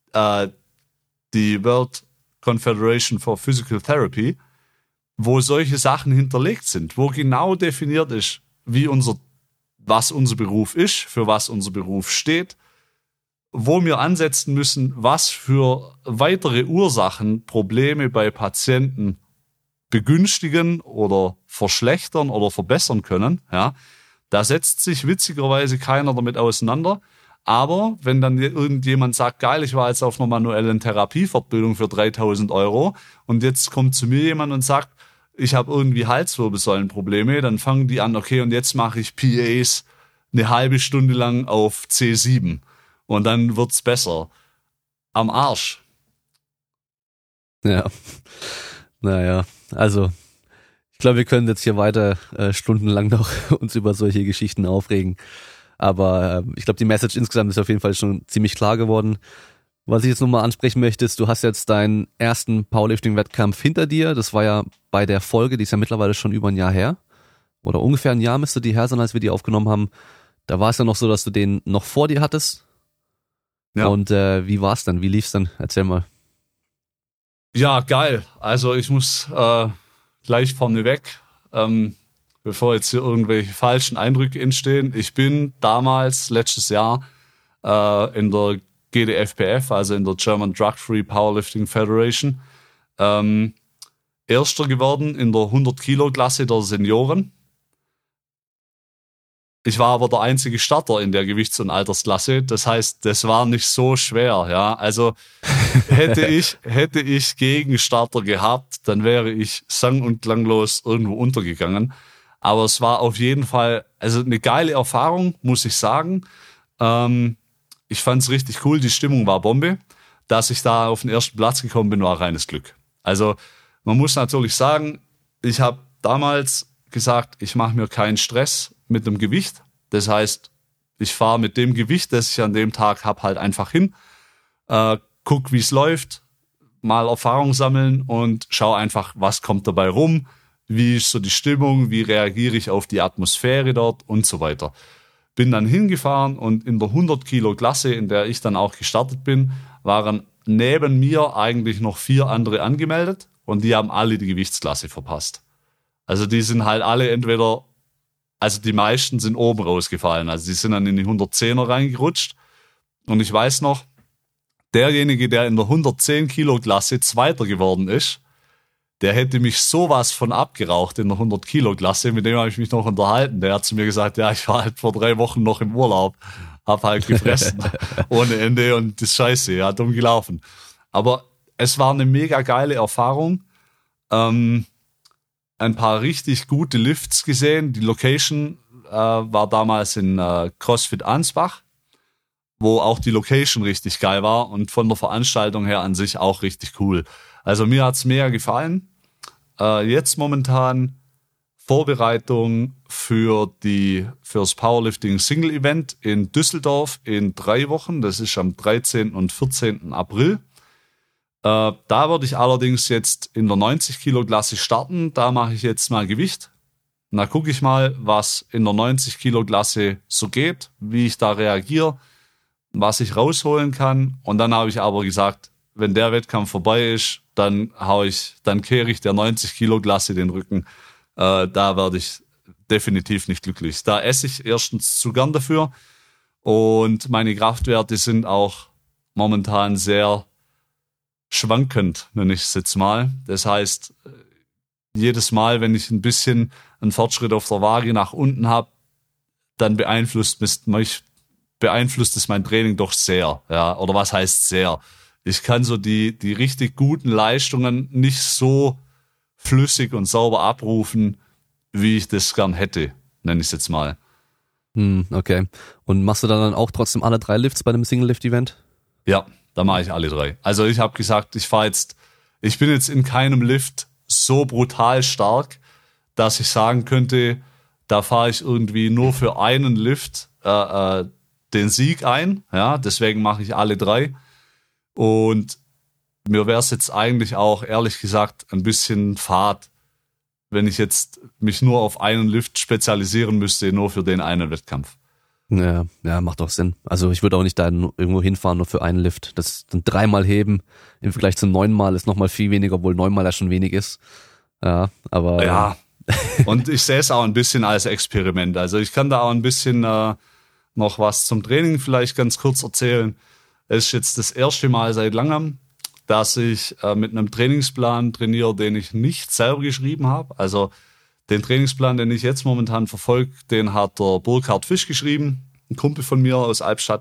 die World Confederation for Physical Therapy, wo solche Sachen hinterlegt sind, wo genau definiert ist, was unser Beruf ist, für was unser Beruf steht, wo wir ansetzen müssen, was für weitere Ursachen Probleme bei Patienten begünstigen oder verschlechtern oder verbessern können. Ja, da setzt sich witzigerweise keiner damit auseinander. Aber wenn dann irgendjemand sagt, geil, ich war jetzt auf einer manuellen Therapiefortbildung für 3.000 € und jetzt kommt zu mir jemand und sagt, ich habe irgendwie Halswirbelsäulenprobleme, dann fangen die an, okay, und jetzt mache ich PAs eine halbe Stunde lang auf C7 und dann wird's besser. Am Arsch. Ja, naja, also ich glaube, wir können jetzt hier weiter stundenlang noch uns über solche Geschichten aufregen. Aber ich glaube, die Message insgesamt ist auf jeden Fall schon ziemlich klar geworden. Was ich jetzt nochmal ansprechen möchte, ist, du hast jetzt deinen ersten Powerlifting-Wettkampf hinter dir. Das war ja bei der Folge, die ist ja mittlerweile schon über ein Jahr her. Oder ungefähr ein Jahr müsste die her sein, als wir die aufgenommen haben. Da war es ja noch so, dass du den noch vor dir hattest. Ja. Und wie war es dann? Wie lief es dann? Erzähl mal. Ja, geil. Also ich muss gleich vorneweg, bevor jetzt hier irgendwelche falschen Eindrücke entstehen. Ich bin damals, letztes Jahr, in der GDFPF, also in der German Drug Free Powerlifting Federation, Erster geworden in der 100-Kilo-Klasse der Senioren. Ich war aber der einzige Starter in der Gewichts- und Altersklasse. Das heißt, das war nicht so schwer. Ja, also hätte ich Gegenstarter gehabt, dann wäre ich sang- und klanglos irgendwo untergegangen. Aber es war auf jeden Fall also eine geile Erfahrung, muss ich sagen. Ich fand es richtig cool, die Stimmung war Bombe. Dass ich da auf den ersten Platz gekommen bin, war reines Glück. Also man muss natürlich sagen, ich habe damals gesagt, ich mache mir keinen Stress mit dem Gewicht. Das heißt, ich fahre mit dem Gewicht, das ich an dem Tag habe, halt einfach hin, guck, wie es läuft, mal Erfahrung sammeln und schau einfach, was kommt dabei rum, wie ist so die Stimmung, wie reagiere ich auf die Atmosphäre dort und so weiter. Bin dann hingefahren und in der 100-Kilo-Klasse, in der ich dann auch gestartet bin, waren neben mir eigentlich noch 4 andere angemeldet und die haben alle die Gewichtsklasse verpasst. Also die sind halt alle entweder, also die meisten sind oben rausgefallen, also die sind dann in die 110er reingerutscht. Und ich weiß noch, derjenige, der in der 110 Kilo Klasse Zweiter geworden ist, der hätte mich sowas von abgeraucht in der 100 Kilo Klasse, mit dem habe ich mich noch unterhalten. Der hat zu mir gesagt, ja, ich war halt vor 3 Wochen noch im Urlaub, hab halt gefressen ohne Ende und das ist scheiße, ja, dumm gelaufen. Aber es war eine mega geile Erfahrung. Ein paar richtig gute Lifts gesehen. Die Location war damals in CrossFit Ansbach, wo auch die Location richtig geil war und von der Veranstaltung her an sich auch richtig cool. Also mir hat's mega gefallen. Jetzt momentan Vorbereitung fürs Powerlifting Single Event in Düsseldorf in 3 Wochen. Das ist am 13. und 14. April. Da würde ich allerdings jetzt in der 90 Kilo Klasse starten. Da mache ich jetzt mal Gewicht. Und da gucke ich mal, was in der 90 Kilo Klasse so geht, wie ich da reagiere, was ich rausholen kann. Und dann habe ich aber gesagt, wenn der Wettkampf vorbei ist, dann kehre ich der 90 Kilo Klasse den Rücken. Da werde ich definitiv nicht glücklich. Da esse ich erstens zu gern dafür und meine Kraftwerte sind auch momentan sehr schwankend, nenne ich es jetzt mal. Das heißt, jedes Mal, wenn ich ein bisschen einen Fortschritt auf der Waage nach unten habe, dann beeinflusst es mein Training doch sehr. Ja, oder was heißt sehr? Ich kann so die richtig guten Leistungen nicht so flüssig und sauber abrufen, wie ich das gern hätte, nenne ich es jetzt mal. Okay. Und machst du dann auch trotzdem alle 3 Lifts bei dem Single-Lift-Event? Ja, da mache ich alle 3. Also ich habe gesagt, ich bin jetzt in keinem Lift so brutal stark, dass ich sagen könnte, da fahre ich irgendwie nur für einen Lift den Sieg ein. Ja, deswegen mache ich alle 3. Und mir wäre es jetzt eigentlich auch, ehrlich gesagt, ein bisschen fad, wenn ich jetzt mich nur auf einen Lift spezialisieren müsste, nur für den einen Wettkampf. Ja, macht doch Sinn. Also ich würde auch nicht da irgendwo hinfahren, nur für einen Lift. Das dann 3-mal heben im Vergleich zum 9-mal ist nochmal viel weniger, obwohl 9-mal ja schon wenig ist. Ja, aber... Ja, und ich sehe es auch ein bisschen als Experiment. Also ich kann da auch ein bisschen noch was zum Training vielleicht ganz kurz erzählen. Es ist jetzt das erste Mal seit langem, dass ich mit einem Trainingsplan trainiere, den ich nicht selber geschrieben habe. Also den Trainingsplan, den ich jetzt momentan verfolge, den hat der Burkhard Fisch geschrieben, ein Kumpel von mir aus Albstadt.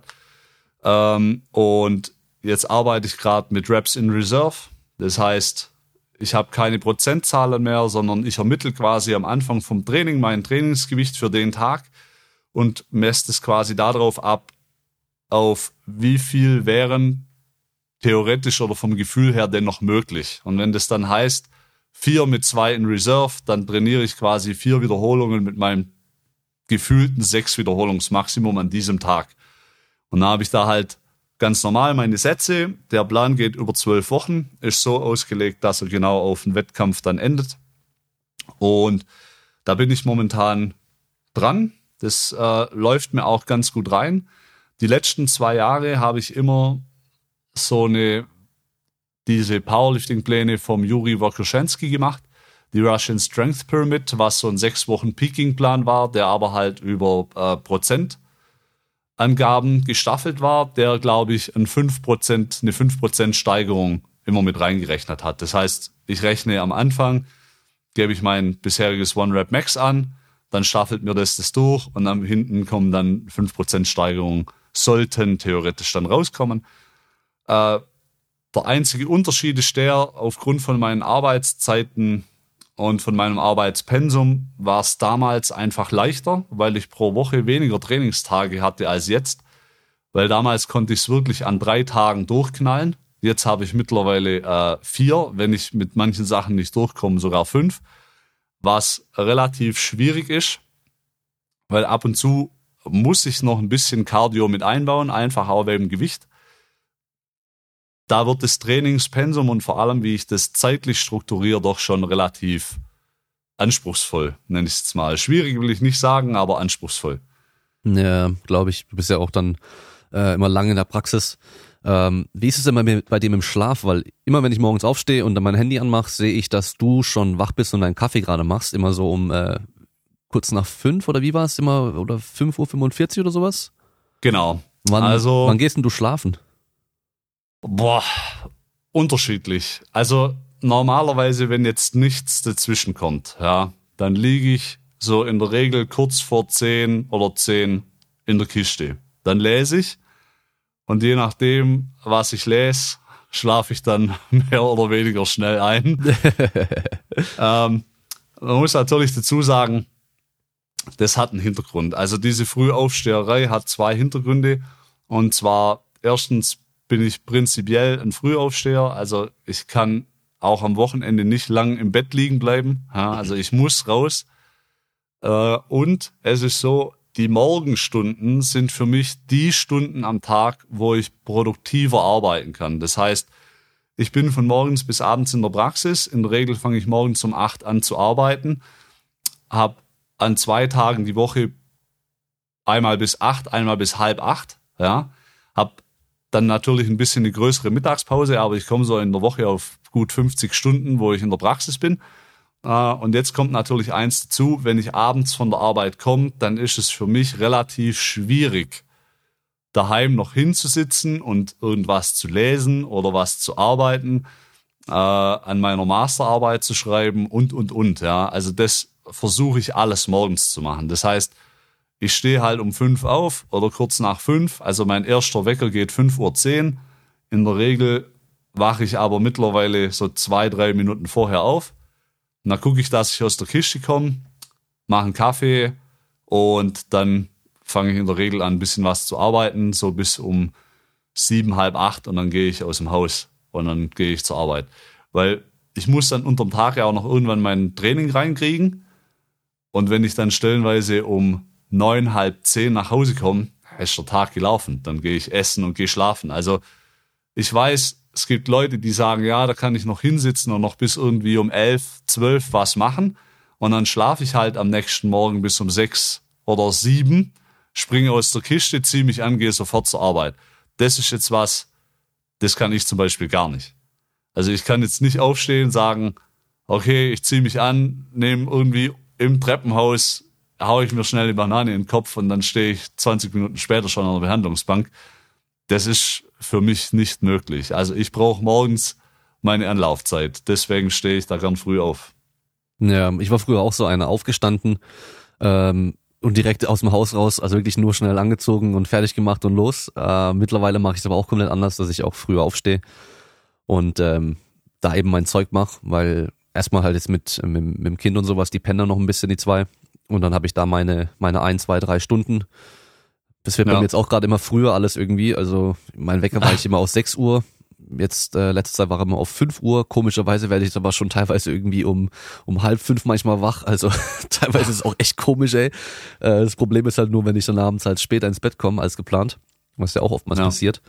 Und jetzt arbeite ich gerade mit Reps in Reserve. Das heißt, ich habe keine Prozentzahlen mehr, sondern ich ermittle quasi am Anfang vom Training mein Trainingsgewicht für den Tag und messe es quasi darauf ab, auf wie viel wären theoretisch oder vom Gefühl her denn noch möglich. Und wenn das dann heißt, 4 mit 2 in Reserve, dann trainiere ich quasi 4 Wiederholungen mit meinem gefühlten 6 Wiederholungsmaximum an diesem Tag. Und dann habe ich da halt ganz normal meine Sätze. Der Plan geht über 12 Wochen, ist so ausgelegt, dass er genau auf den Wettkampf dann endet. Und da bin ich momentan dran. Das läuft mir auch ganz gut rein. Die letzten 2 Jahre habe ich immer diese Powerlifting-Pläne vom Juri Wokoschensky gemacht, die Russian Strength Pyramid, was so ein 6 Wochen Peaking-Plan war, der aber halt über Prozentangaben gestaffelt war, der, glaube ich, eine 5% Steigerung immer mit reingerechnet hat. Das heißt, ich rechne am Anfang, gebe ich mein bisheriges One-Rep-Max an, dann staffelt mir das durch und dann hinten kommen dann 5% Steigerung, sollten theoretisch dann rauskommen. Der einzige Unterschied ist aufgrund von meinen Arbeitszeiten und von meinem Arbeitspensum war es damals einfach leichter, weil ich pro Woche weniger Trainingstage hatte als jetzt. Weil damals konnte ich es wirklich an 3 Tagen durchknallen. Jetzt habe ich mittlerweile 4, wenn ich mit manchen Sachen nicht durchkomme, sogar 5. Was relativ schwierig ist, weil ab und zu muss ich noch ein bisschen Cardio mit einbauen, einfach auch wegen Gewicht. Da wird das Trainingspensum und vor allem, wie ich das zeitlich strukturiere, doch schon relativ anspruchsvoll, nenne ich es jetzt mal. Schwierig will ich nicht sagen, aber anspruchsvoll. Ja, glaube ich. Du bist ja auch dann immer lange in der Praxis. Wie ist es denn bei dir im Schlaf? Weil immer wenn ich morgens aufstehe und dann mein Handy anmache, sehe ich, dass du schon wach bist und deinen Kaffee gerade machst. Immer so um kurz nach 5 oder wie war es immer? Oder 5:45 Uhr oder sowas? Genau. Wann gehst denn du schlafen? Boah, unterschiedlich. Also normalerweise, wenn jetzt nichts dazwischen kommt, ja, dann liege ich so in der Regel kurz vor 10 oder 10 in der Kiste. Dann lese ich und je nachdem, was ich lese, schlafe ich dann mehr oder weniger schnell ein. Man muss natürlich dazu sagen, das hat einen Hintergrund. Also diese Frühaufsteherei hat 2 Hintergründe. Und zwar erstens bin ich prinzipiell ein Frühaufsteher. Also ich kann auch am Wochenende nicht lang im Bett liegen bleiben. Ja, also ich muss raus. Und es ist so, die Morgenstunden sind für mich die Stunden am Tag, wo ich produktiver arbeiten kann. Das heißt, ich bin von morgens bis abends in der Praxis. In der Regel fange ich morgens um 8 an zu arbeiten. Habe an 2 Tagen die Woche einmal bis 8, einmal bis 7:30. Ja, habe dann natürlich ein bisschen eine größere Mittagspause, aber ich komme so in der Woche auf gut 50 Stunden, wo ich in der Praxis bin. Und jetzt kommt natürlich eins dazu, wenn ich abends von der Arbeit komme, dann ist es für mich relativ schwierig, daheim noch hinzusitzen und irgendwas zu lesen oder was zu arbeiten, an meiner Masterarbeit zu schreiben und. Ja. Also das versuche ich alles morgens zu machen. Das heißt, ich stehe halt um 5 auf oder kurz nach 5. Also mein erster Wecker geht 5:10 Uhr. In der Regel wache ich aber mittlerweile so 2-3 Minuten vorher auf. Und dann gucke ich, dass ich aus der Kiste komme, mache einen Kaffee und dann fange ich in der Regel an, ein bisschen was zu arbeiten, so bis um 7, halb 8 und dann gehe ich aus dem Haus und dann gehe ich zur Arbeit. Weil ich muss dann unterm Tag ja auch noch irgendwann mein Training reinkriegen und wenn ich dann stellenweise um 9, halb 10 nach Hause komme, ist der Tag gelaufen. Dann gehe ich essen und gehe schlafen. Also ich weiß, es gibt Leute, die sagen, ja, da kann ich noch hinsitzen und noch bis irgendwie um 11, 12 was machen. Und dann schlafe ich halt am nächsten Morgen bis um 6 oder 7, springe aus der Kiste, ziehe mich an, gehe sofort zur Arbeit. Das ist jetzt was, das kann ich zum Beispiel gar nicht. Also ich kann jetzt nicht aufstehen und sagen, okay, ich ziehe mich an, nehme irgendwie im Treppenhaus, haue ich mir schnell eine Banane in den Kopf und dann stehe ich 20 Minuten später schon an der Behandlungsbank. Das ist für mich nicht möglich. Also ich brauche morgens meine Anlaufzeit. Deswegen stehe ich da gern früh auf. Ja, ich war früher auch so einer, aufgestanden und direkt aus dem Haus raus, also wirklich nur schnell angezogen und fertig gemacht und los. Mittlerweile mache ich es aber auch komplett anders, dass ich auch früher aufstehe und da eben mein Zeug mache, weil erstmal halt jetzt mit dem Kind und sowas, die pennen noch ein bisschen, die 2. Und dann habe ich da meine 1, 2, 3 Stunden. Das wird bei mir jetzt auch gerade immer früher alles irgendwie. Also mein Wecker war ich immer auf 6 Uhr. Jetzt letzte Zeit war er immer auf 5 Uhr. Komischerweise werde ich aber schon teilweise irgendwie um 4:30 manchmal wach. Also teilweise ist es auch echt komisch, ey. Das Problem ist halt nur, wenn ich dann abends halt später ins Bett komme als geplant. Was ja auch oftmals passiert.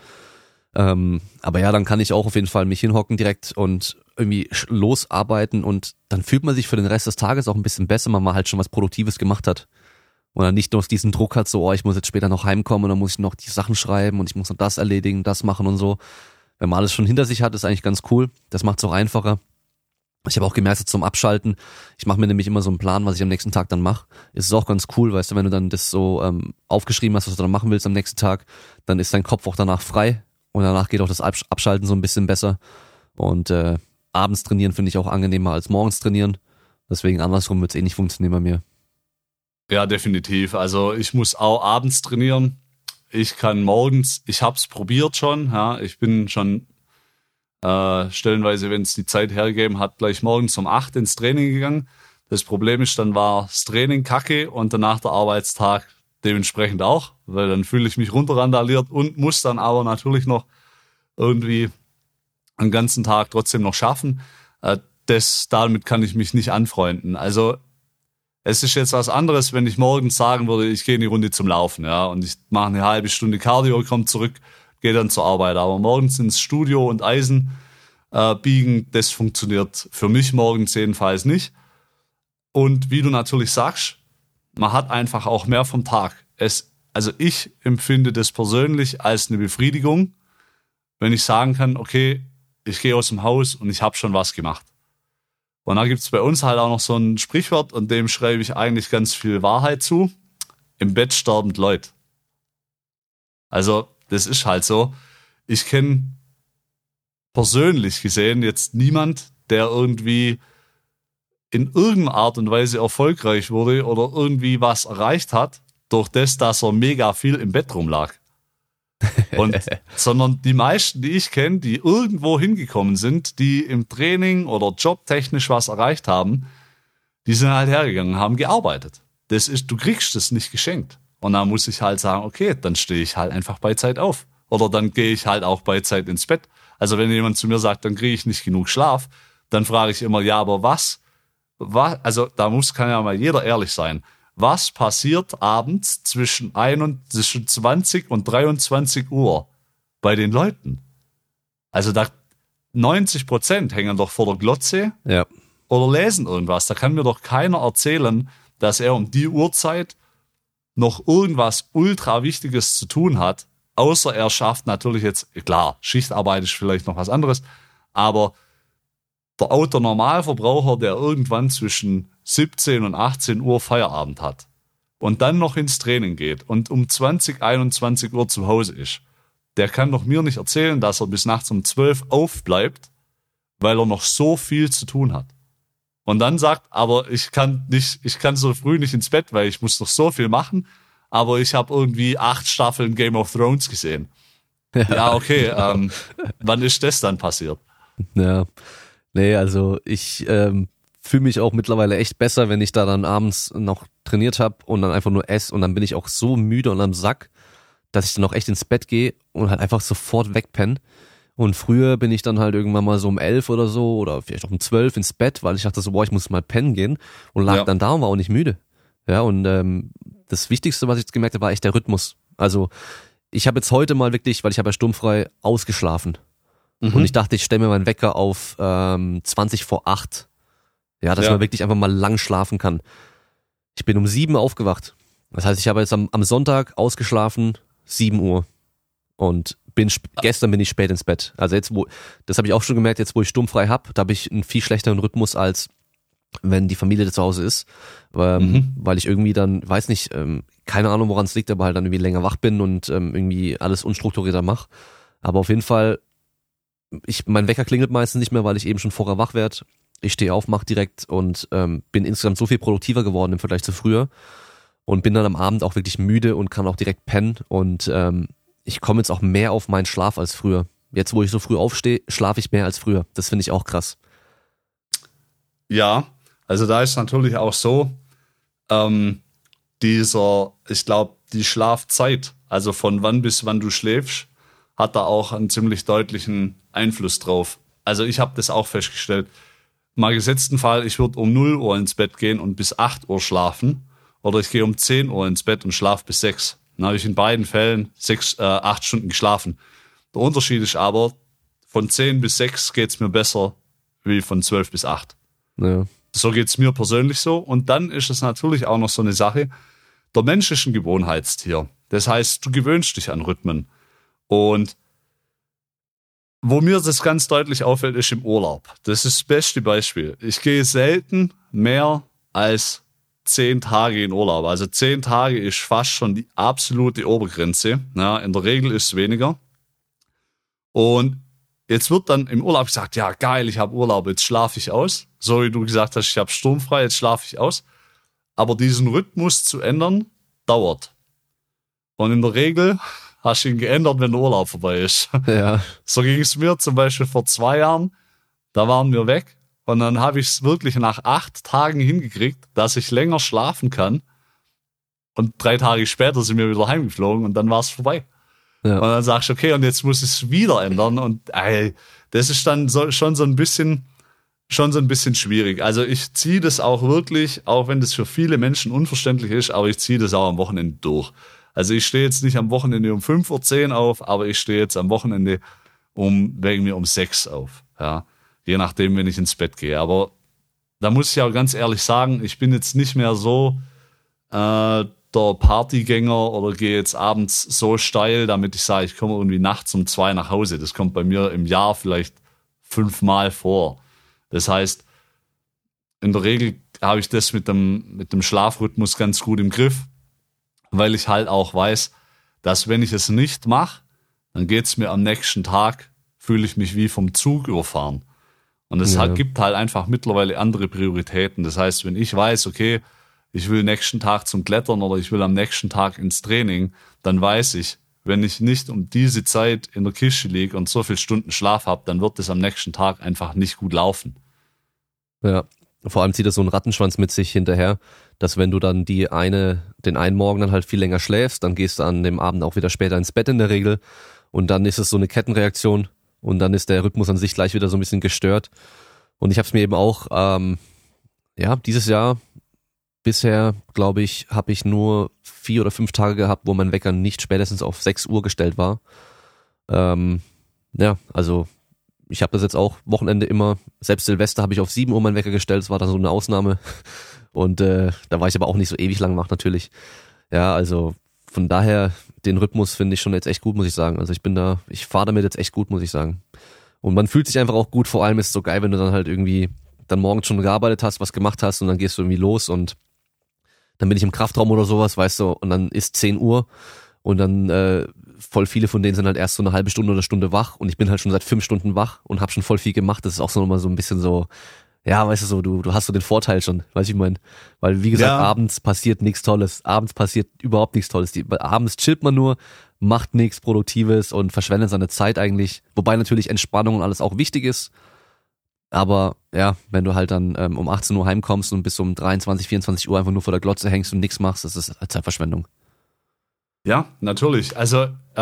Aber ja, dann kann ich auch auf jeden Fall mich hinhocken direkt und irgendwie losarbeiten und dann fühlt man sich für den Rest des Tages auch ein bisschen besser, wenn man mal halt schon was Produktives gemacht hat. Und dann nicht nur diesen Druck hat, so, ich muss jetzt später noch heimkommen und dann muss ich noch die Sachen schreiben und ich muss noch das erledigen, das machen und so. Wenn man alles schon hinter sich hat, ist eigentlich ganz cool. Das macht es auch einfacher. Ich habe auch gemerkt, jetzt zum Abschalten, ich mache mir nämlich immer so einen Plan, was ich am nächsten Tag dann mache. Ist es auch ganz cool, weißt du, wenn du dann das so aufgeschrieben hast, was du dann machen willst am nächsten Tag, dann ist dein Kopf auch danach frei und danach geht auch das Abschalten so ein bisschen besser. Und abends trainieren finde ich auch angenehmer als morgens trainieren. Deswegen andersrum wird es nicht funktionieren bei mir. Ja, definitiv. Also ich muss auch abends trainieren. Ich kann morgens, ich habe es probiert schon. Ja, ich bin schon stellenweise, wenn es die Zeit hergegeben hat, gleich morgens um 8 ins Training gegangen. Das Problem ist, dann war das Training kacke und danach der Arbeitstag dementsprechend auch, weil dann fühle ich mich runterrandaliert und muss dann aber natürlich noch irgendwie den ganzen Tag trotzdem noch schaffen. Damit kann ich mich nicht anfreunden. Also es ist jetzt was anderes, wenn ich morgens sagen würde, ich gehe in die Runde zum Laufen, ja, und ich mache eine halbe Stunde Cardio, komme zurück, gehe dann zur Arbeit. Aber morgens ins Studio und Eisen biegen, das funktioniert für mich morgens jedenfalls nicht. Und wie du natürlich sagst, man hat einfach auch mehr vom Tag. Also ich empfinde das persönlich als eine Befriedigung, wenn ich sagen kann, okay, ich gehe aus dem Haus und ich habe schon was gemacht. Und da gibt's bei uns halt auch noch so ein Sprichwort, und dem schreibe ich eigentlich ganz viel Wahrheit zu. Im Bett sterben die Leute. Also, das ist halt so. Ich kenne persönlich gesehen jetzt niemand, der irgendwie in irgendeiner Art und Weise erfolgreich wurde oder irgendwie was erreicht hat, durch das, dass er mega viel im Bett rumlag. Sondern die meisten, die ich kenne, die irgendwo hingekommen sind, die im Training oder jobtechnisch was erreicht haben, die sind halt hergegangen, haben gearbeitet. Du kriegst es nicht geschenkt. Und da muss ich halt sagen, okay, dann stehe ich halt einfach bei Zeit auf. Oder dann gehe ich halt auch bei Zeit ins Bett. Also wenn jemand zu mir sagt, dann kriege ich nicht genug Schlaf, dann frage ich immer, ja, aber was? Also kann ja mal jeder ehrlich sein. Was passiert abends zwischen 20 und 23 Uhr bei den Leuten? Also 90% hängen doch vor der Glotze oder lesen irgendwas. Da kann mir doch keiner erzählen, dass er um die Uhrzeit noch irgendwas ultra Wichtiges zu tun hat, außer er schafft natürlich jetzt, klar, Schichtarbeit ist vielleicht noch was anderes, aber der Autonormalverbraucher, der irgendwann zwischen 17 und 18 Uhr Feierabend hat und dann noch ins Training geht und um 21 Uhr zu Hause ist, der kann doch mir nicht erzählen, dass er bis nachts um 12 aufbleibt, weil er noch so viel zu tun hat. Und dann sagt, aber ich kann so früh nicht ins Bett, weil ich muss noch so viel machen, aber ich habe irgendwie 8 Staffeln Game of Thrones gesehen. Ja, okay, wann ist das dann passiert? Ja, nee, also ich fühle mich auch mittlerweile echt besser, wenn ich da dann abends noch trainiert habe und dann einfach nur esse, und dann bin ich auch so müde und am Sack, dass ich dann auch echt ins Bett gehe und halt einfach sofort wegpenne. Und früher bin ich dann halt irgendwann mal so um 11 oder so oder vielleicht auch um 12 ins Bett, weil ich dachte so, boah, ich muss mal pennen gehen, und lag dann da und war auch nicht müde. Ja, und das Wichtigste, was ich jetzt gemerkt habe, war echt der Rhythmus. Also ich habe jetzt heute mal wirklich, weil ich habe ja sturmfrei, ausgeschlafen. Und ich dachte, ich stelle mir meinen Wecker auf 20 vor 8. Ja, dass man wirklich einfach mal lang schlafen kann. Ich bin um 7 aufgewacht. Das heißt, ich habe jetzt am Sonntag ausgeschlafen, 7 Uhr. Und gestern bin ich spät ins Bett. Also das habe ich auch schon gemerkt, jetzt wo ich sturmfrei habe, da habe ich einen viel schlechteren Rhythmus, als wenn die Familie zu Hause ist. Weil ich irgendwie dann, weiß nicht, keine Ahnung, woran es liegt, aber halt dann irgendwie länger wach bin und irgendwie alles unstrukturierter mache. Aber auf jeden Fall, mein Wecker klingelt meistens nicht mehr, weil ich eben schon vorher wach werde. Ich stehe auf, mache direkt und bin insgesamt so viel produktiver geworden im Vergleich zu früher und bin dann am Abend auch wirklich müde und kann auch direkt pennen, und ich komme jetzt auch mehr auf meinen Schlaf als früher. Jetzt, wo ich so früh aufstehe, schlafe ich mehr als früher. Das finde ich auch krass. Ja, also da ist natürlich auch so, ich glaube, die Schlafzeit, also von wann bis wann du schläfst, hat da auch einen ziemlich deutlichen Einfluss drauf. Also ich habe das auch festgestellt. Mal gesetzten Fall, ich würde um 0 Uhr ins Bett gehen und bis 8 Uhr schlafen, oder ich gehe um 10 Uhr ins Bett und schlafe bis 6. Dann habe ich in beiden Fällen 8 Stunden geschlafen. Der Unterschied ist aber, von 10 bis 6 geht's mir besser wie von 12 bis 8. Ja. So geht's mir persönlich so. Und dann ist es natürlich auch noch so eine Sache, der Mensch ist ein Gewohnheitstier. Das heißt, du gewöhnst dich an Rhythmen. Und wo mir das ganz deutlich auffällt, ist im Urlaub. Das ist das beste Beispiel. Ich gehe selten mehr als 10 Tage in Urlaub. Also 10 Tage ist fast schon die absolute Obergrenze. Ja, in der Regel ist es weniger. Und jetzt wird dann im Urlaub gesagt, ja geil, ich habe Urlaub, jetzt schlafe ich aus. So wie du gesagt hast, ich habe sturmfrei, jetzt schlafe ich aus. Aber diesen Rhythmus zu ändern, dauert. Und in der Regel hast du ihn geändert, wenn der Urlaub vorbei ist. Ja. So ging es mir zum Beispiel vor 2 Jahren. Da waren wir weg. Und dann habe ich es wirklich nach 8 Tagen hingekriegt, dass ich länger schlafen kann. Und 3 Tage später sind wir wieder heimgeflogen und dann war es vorbei. Ja. Und dann sagst du, okay, und jetzt muss ich es wieder ändern. Und das ist dann schon so ein bisschen schwierig. Also ich ziehe das auch wirklich, auch wenn das für viele Menschen unverständlich ist, aber ich ziehe das auch am Wochenende durch. Also ich stehe jetzt nicht am Wochenende um 5:10 Uhr auf, aber ich stehe jetzt am Wochenende wegen mir um 6 Uhr auf. Ja. Je nachdem, wenn ich ins Bett gehe. Aber da muss ich auch ganz ehrlich sagen, ich bin jetzt nicht mehr so der der Partygänger oder gehe jetzt abends so steil, damit ich sage, ich komme irgendwie nachts um 2 nach Hause. Das kommt bei mir im Jahr vielleicht 5-mal vor. Das heißt, in der Regel habe ich das mit dem Schlafrhythmus ganz gut im Griff, weil ich halt auch weiß, dass wenn ich es nicht mache, dann geht es mir am nächsten Tag, fühle ich mich wie vom Zug überfahren. Und es gibt halt einfach mittlerweile andere Prioritäten. Das heißt, wenn ich weiß, okay, ich will nächsten Tag zum Klettern oder ich will am nächsten Tag ins Training, dann weiß ich, wenn ich nicht um diese Zeit in der Kiste liege und so viele Stunden Schlaf habe, dann wird es am nächsten Tag einfach nicht gut laufen. Ja, vor allem zieht das so einen Rattenschwanz mit sich hinterher, dass wenn du dann den einen Morgen dann halt viel länger schläfst, dann gehst du an dem Abend auch wieder später ins Bett in der Regel und dann ist es so eine Kettenreaktion und dann ist der Rhythmus an sich gleich wieder so ein bisschen gestört. Und ich habe es mir eben auch, dieses Jahr bisher, glaube ich, habe ich nur 4 oder 5 Tage gehabt, wo mein Wecker nicht spätestens auf 6 Uhr gestellt war. Also ich habe das jetzt auch Wochenende immer, selbst Silvester habe ich auf 7 Uhr meinen Wecker gestellt, das war dann so eine Ausnahme. Und da war ich aber auch nicht so ewig lang wach natürlich. Ja, also von daher, den Rhythmus finde ich schon jetzt echt gut, muss ich sagen. Also ich fahre damit jetzt echt gut, muss ich sagen. Und man fühlt sich einfach auch gut, vor allem ist es so geil, wenn du dann halt irgendwie dann morgens schon gearbeitet hast, was gemacht hast und dann gehst du irgendwie los und dann bin ich im Kraftraum oder sowas, weißt du, und dann ist 10 Uhr und dann voll viele von denen sind halt erst so eine halbe Stunde oder Stunde wach und ich bin halt schon seit 5 Stunden wach und habe schon voll viel gemacht. Das ist auch so nochmal so ein bisschen so, ja, weißt du so, du hast so den Vorteil schon, weißt du, ich meine, weil wie gesagt, abends passiert nichts Tolles, abends passiert überhaupt nichts Tolles. Abends chillt man nur, macht nichts Produktives und verschwendet seine Zeit eigentlich, wobei natürlich Entspannung und alles auch wichtig ist. Aber ja, wenn du halt dann um 18 Uhr heimkommst und bis um 23, 24 Uhr einfach nur vor der Glotze hängst und nichts machst, das ist Zeitverschwendung. Ja, natürlich. Also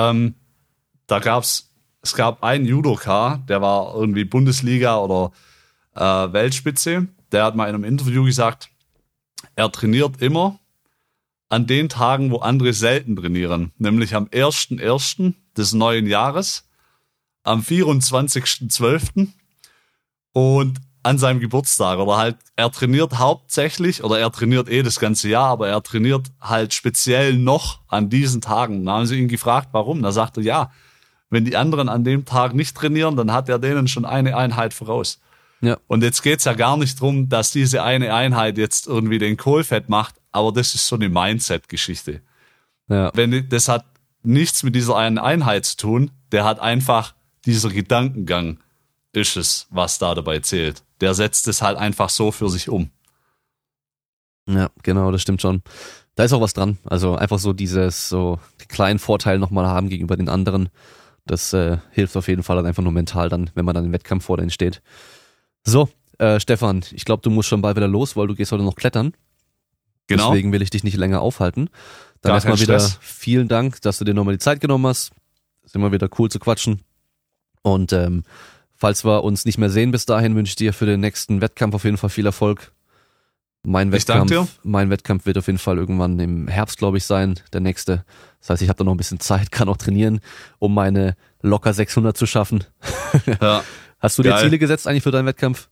es gab einen Judoka, der war irgendwie Bundesliga oder Weltspitze. Der hat mal in einem Interview gesagt, er trainiert immer an den Tagen, wo andere selten trainieren. Nämlich am 1.1. des neuen Jahres, am 24.12. und an seinem Geburtstag. Oder halt, er trainiert hauptsächlich, oder er trainiert das ganze Jahr, aber er trainiert halt speziell noch an diesen Tagen. Da haben sie ihn gefragt, warum. Da sagte er, ja, wenn die anderen an dem Tag nicht trainieren, dann hat er denen schon eine Einheit voraus. Ja. Und jetzt geht's ja gar nicht drum, dass diese eine Einheit jetzt irgendwie den Kohlfett macht, aber das ist so eine Mindset-Geschichte. Ja. Das hat nichts mit dieser einen Einheit zu tun, der hat einfach dieser Gedankengang ist es, was da dabei zählt. Der setzt es halt einfach so für sich um. Ja, genau, das stimmt schon. Da ist auch was dran. Also einfach so die kleinen Vorteile nochmal haben gegenüber den anderen. Das hilft auf jeden Fall dann einfach nur mental dann, wenn man dann im Wettkampf vor denen steht. So, Stefan, ich glaube, du musst schon bald wieder los, weil du gehst heute noch klettern. Genau. Deswegen will ich dich nicht länger aufhalten. Dann erstmal wieder vielen Dank, dass du dir nochmal die Zeit genommen hast. Ist immer wieder cool zu quatschen. Und falls wir uns nicht mehr sehen bis dahin, wünsche ich dir für den nächsten Wettkampf auf jeden Fall viel Erfolg. Mein Wettkampf wird auf jeden Fall irgendwann im Herbst, glaube ich, sein, der nächste. Das heißt, ich habe da noch ein bisschen Zeit, kann auch trainieren, um meine locker 600 zu schaffen. Ja. Hast du dir Ziele gesetzt eigentlich für deinen Wettkampf?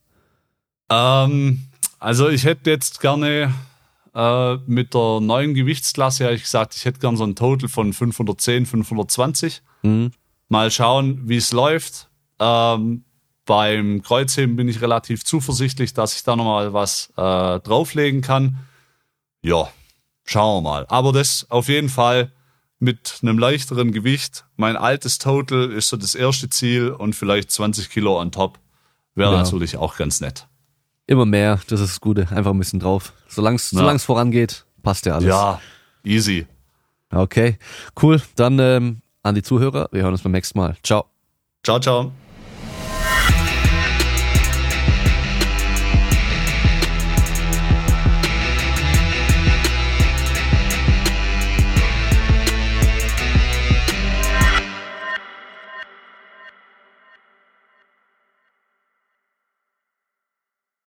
Also ich hätte jetzt gerne mit der neuen Gewichtsklasse, habe ich gesagt, ich hätte gerne so ein Total von 510, 520. Mhm. Mal schauen, wie es läuft. Beim Kreuzheben bin ich relativ zuversichtlich, dass ich da nochmal was drauflegen kann. Ja, schauen wir mal. Aber das auf jeden Fall mit einem leichteren Gewicht. Mein altes Total ist so das erste Ziel und vielleicht 20 Kilo on top. Wäre natürlich auch ganz nett. Immer mehr, das ist das Gute. Einfach ein bisschen drauf. Solange es vorangeht, passt ja alles. Ja, easy. Okay, cool. Dann an die Zuhörer, wir hören uns beim nächsten Mal. Ciao. Ciao, ciao.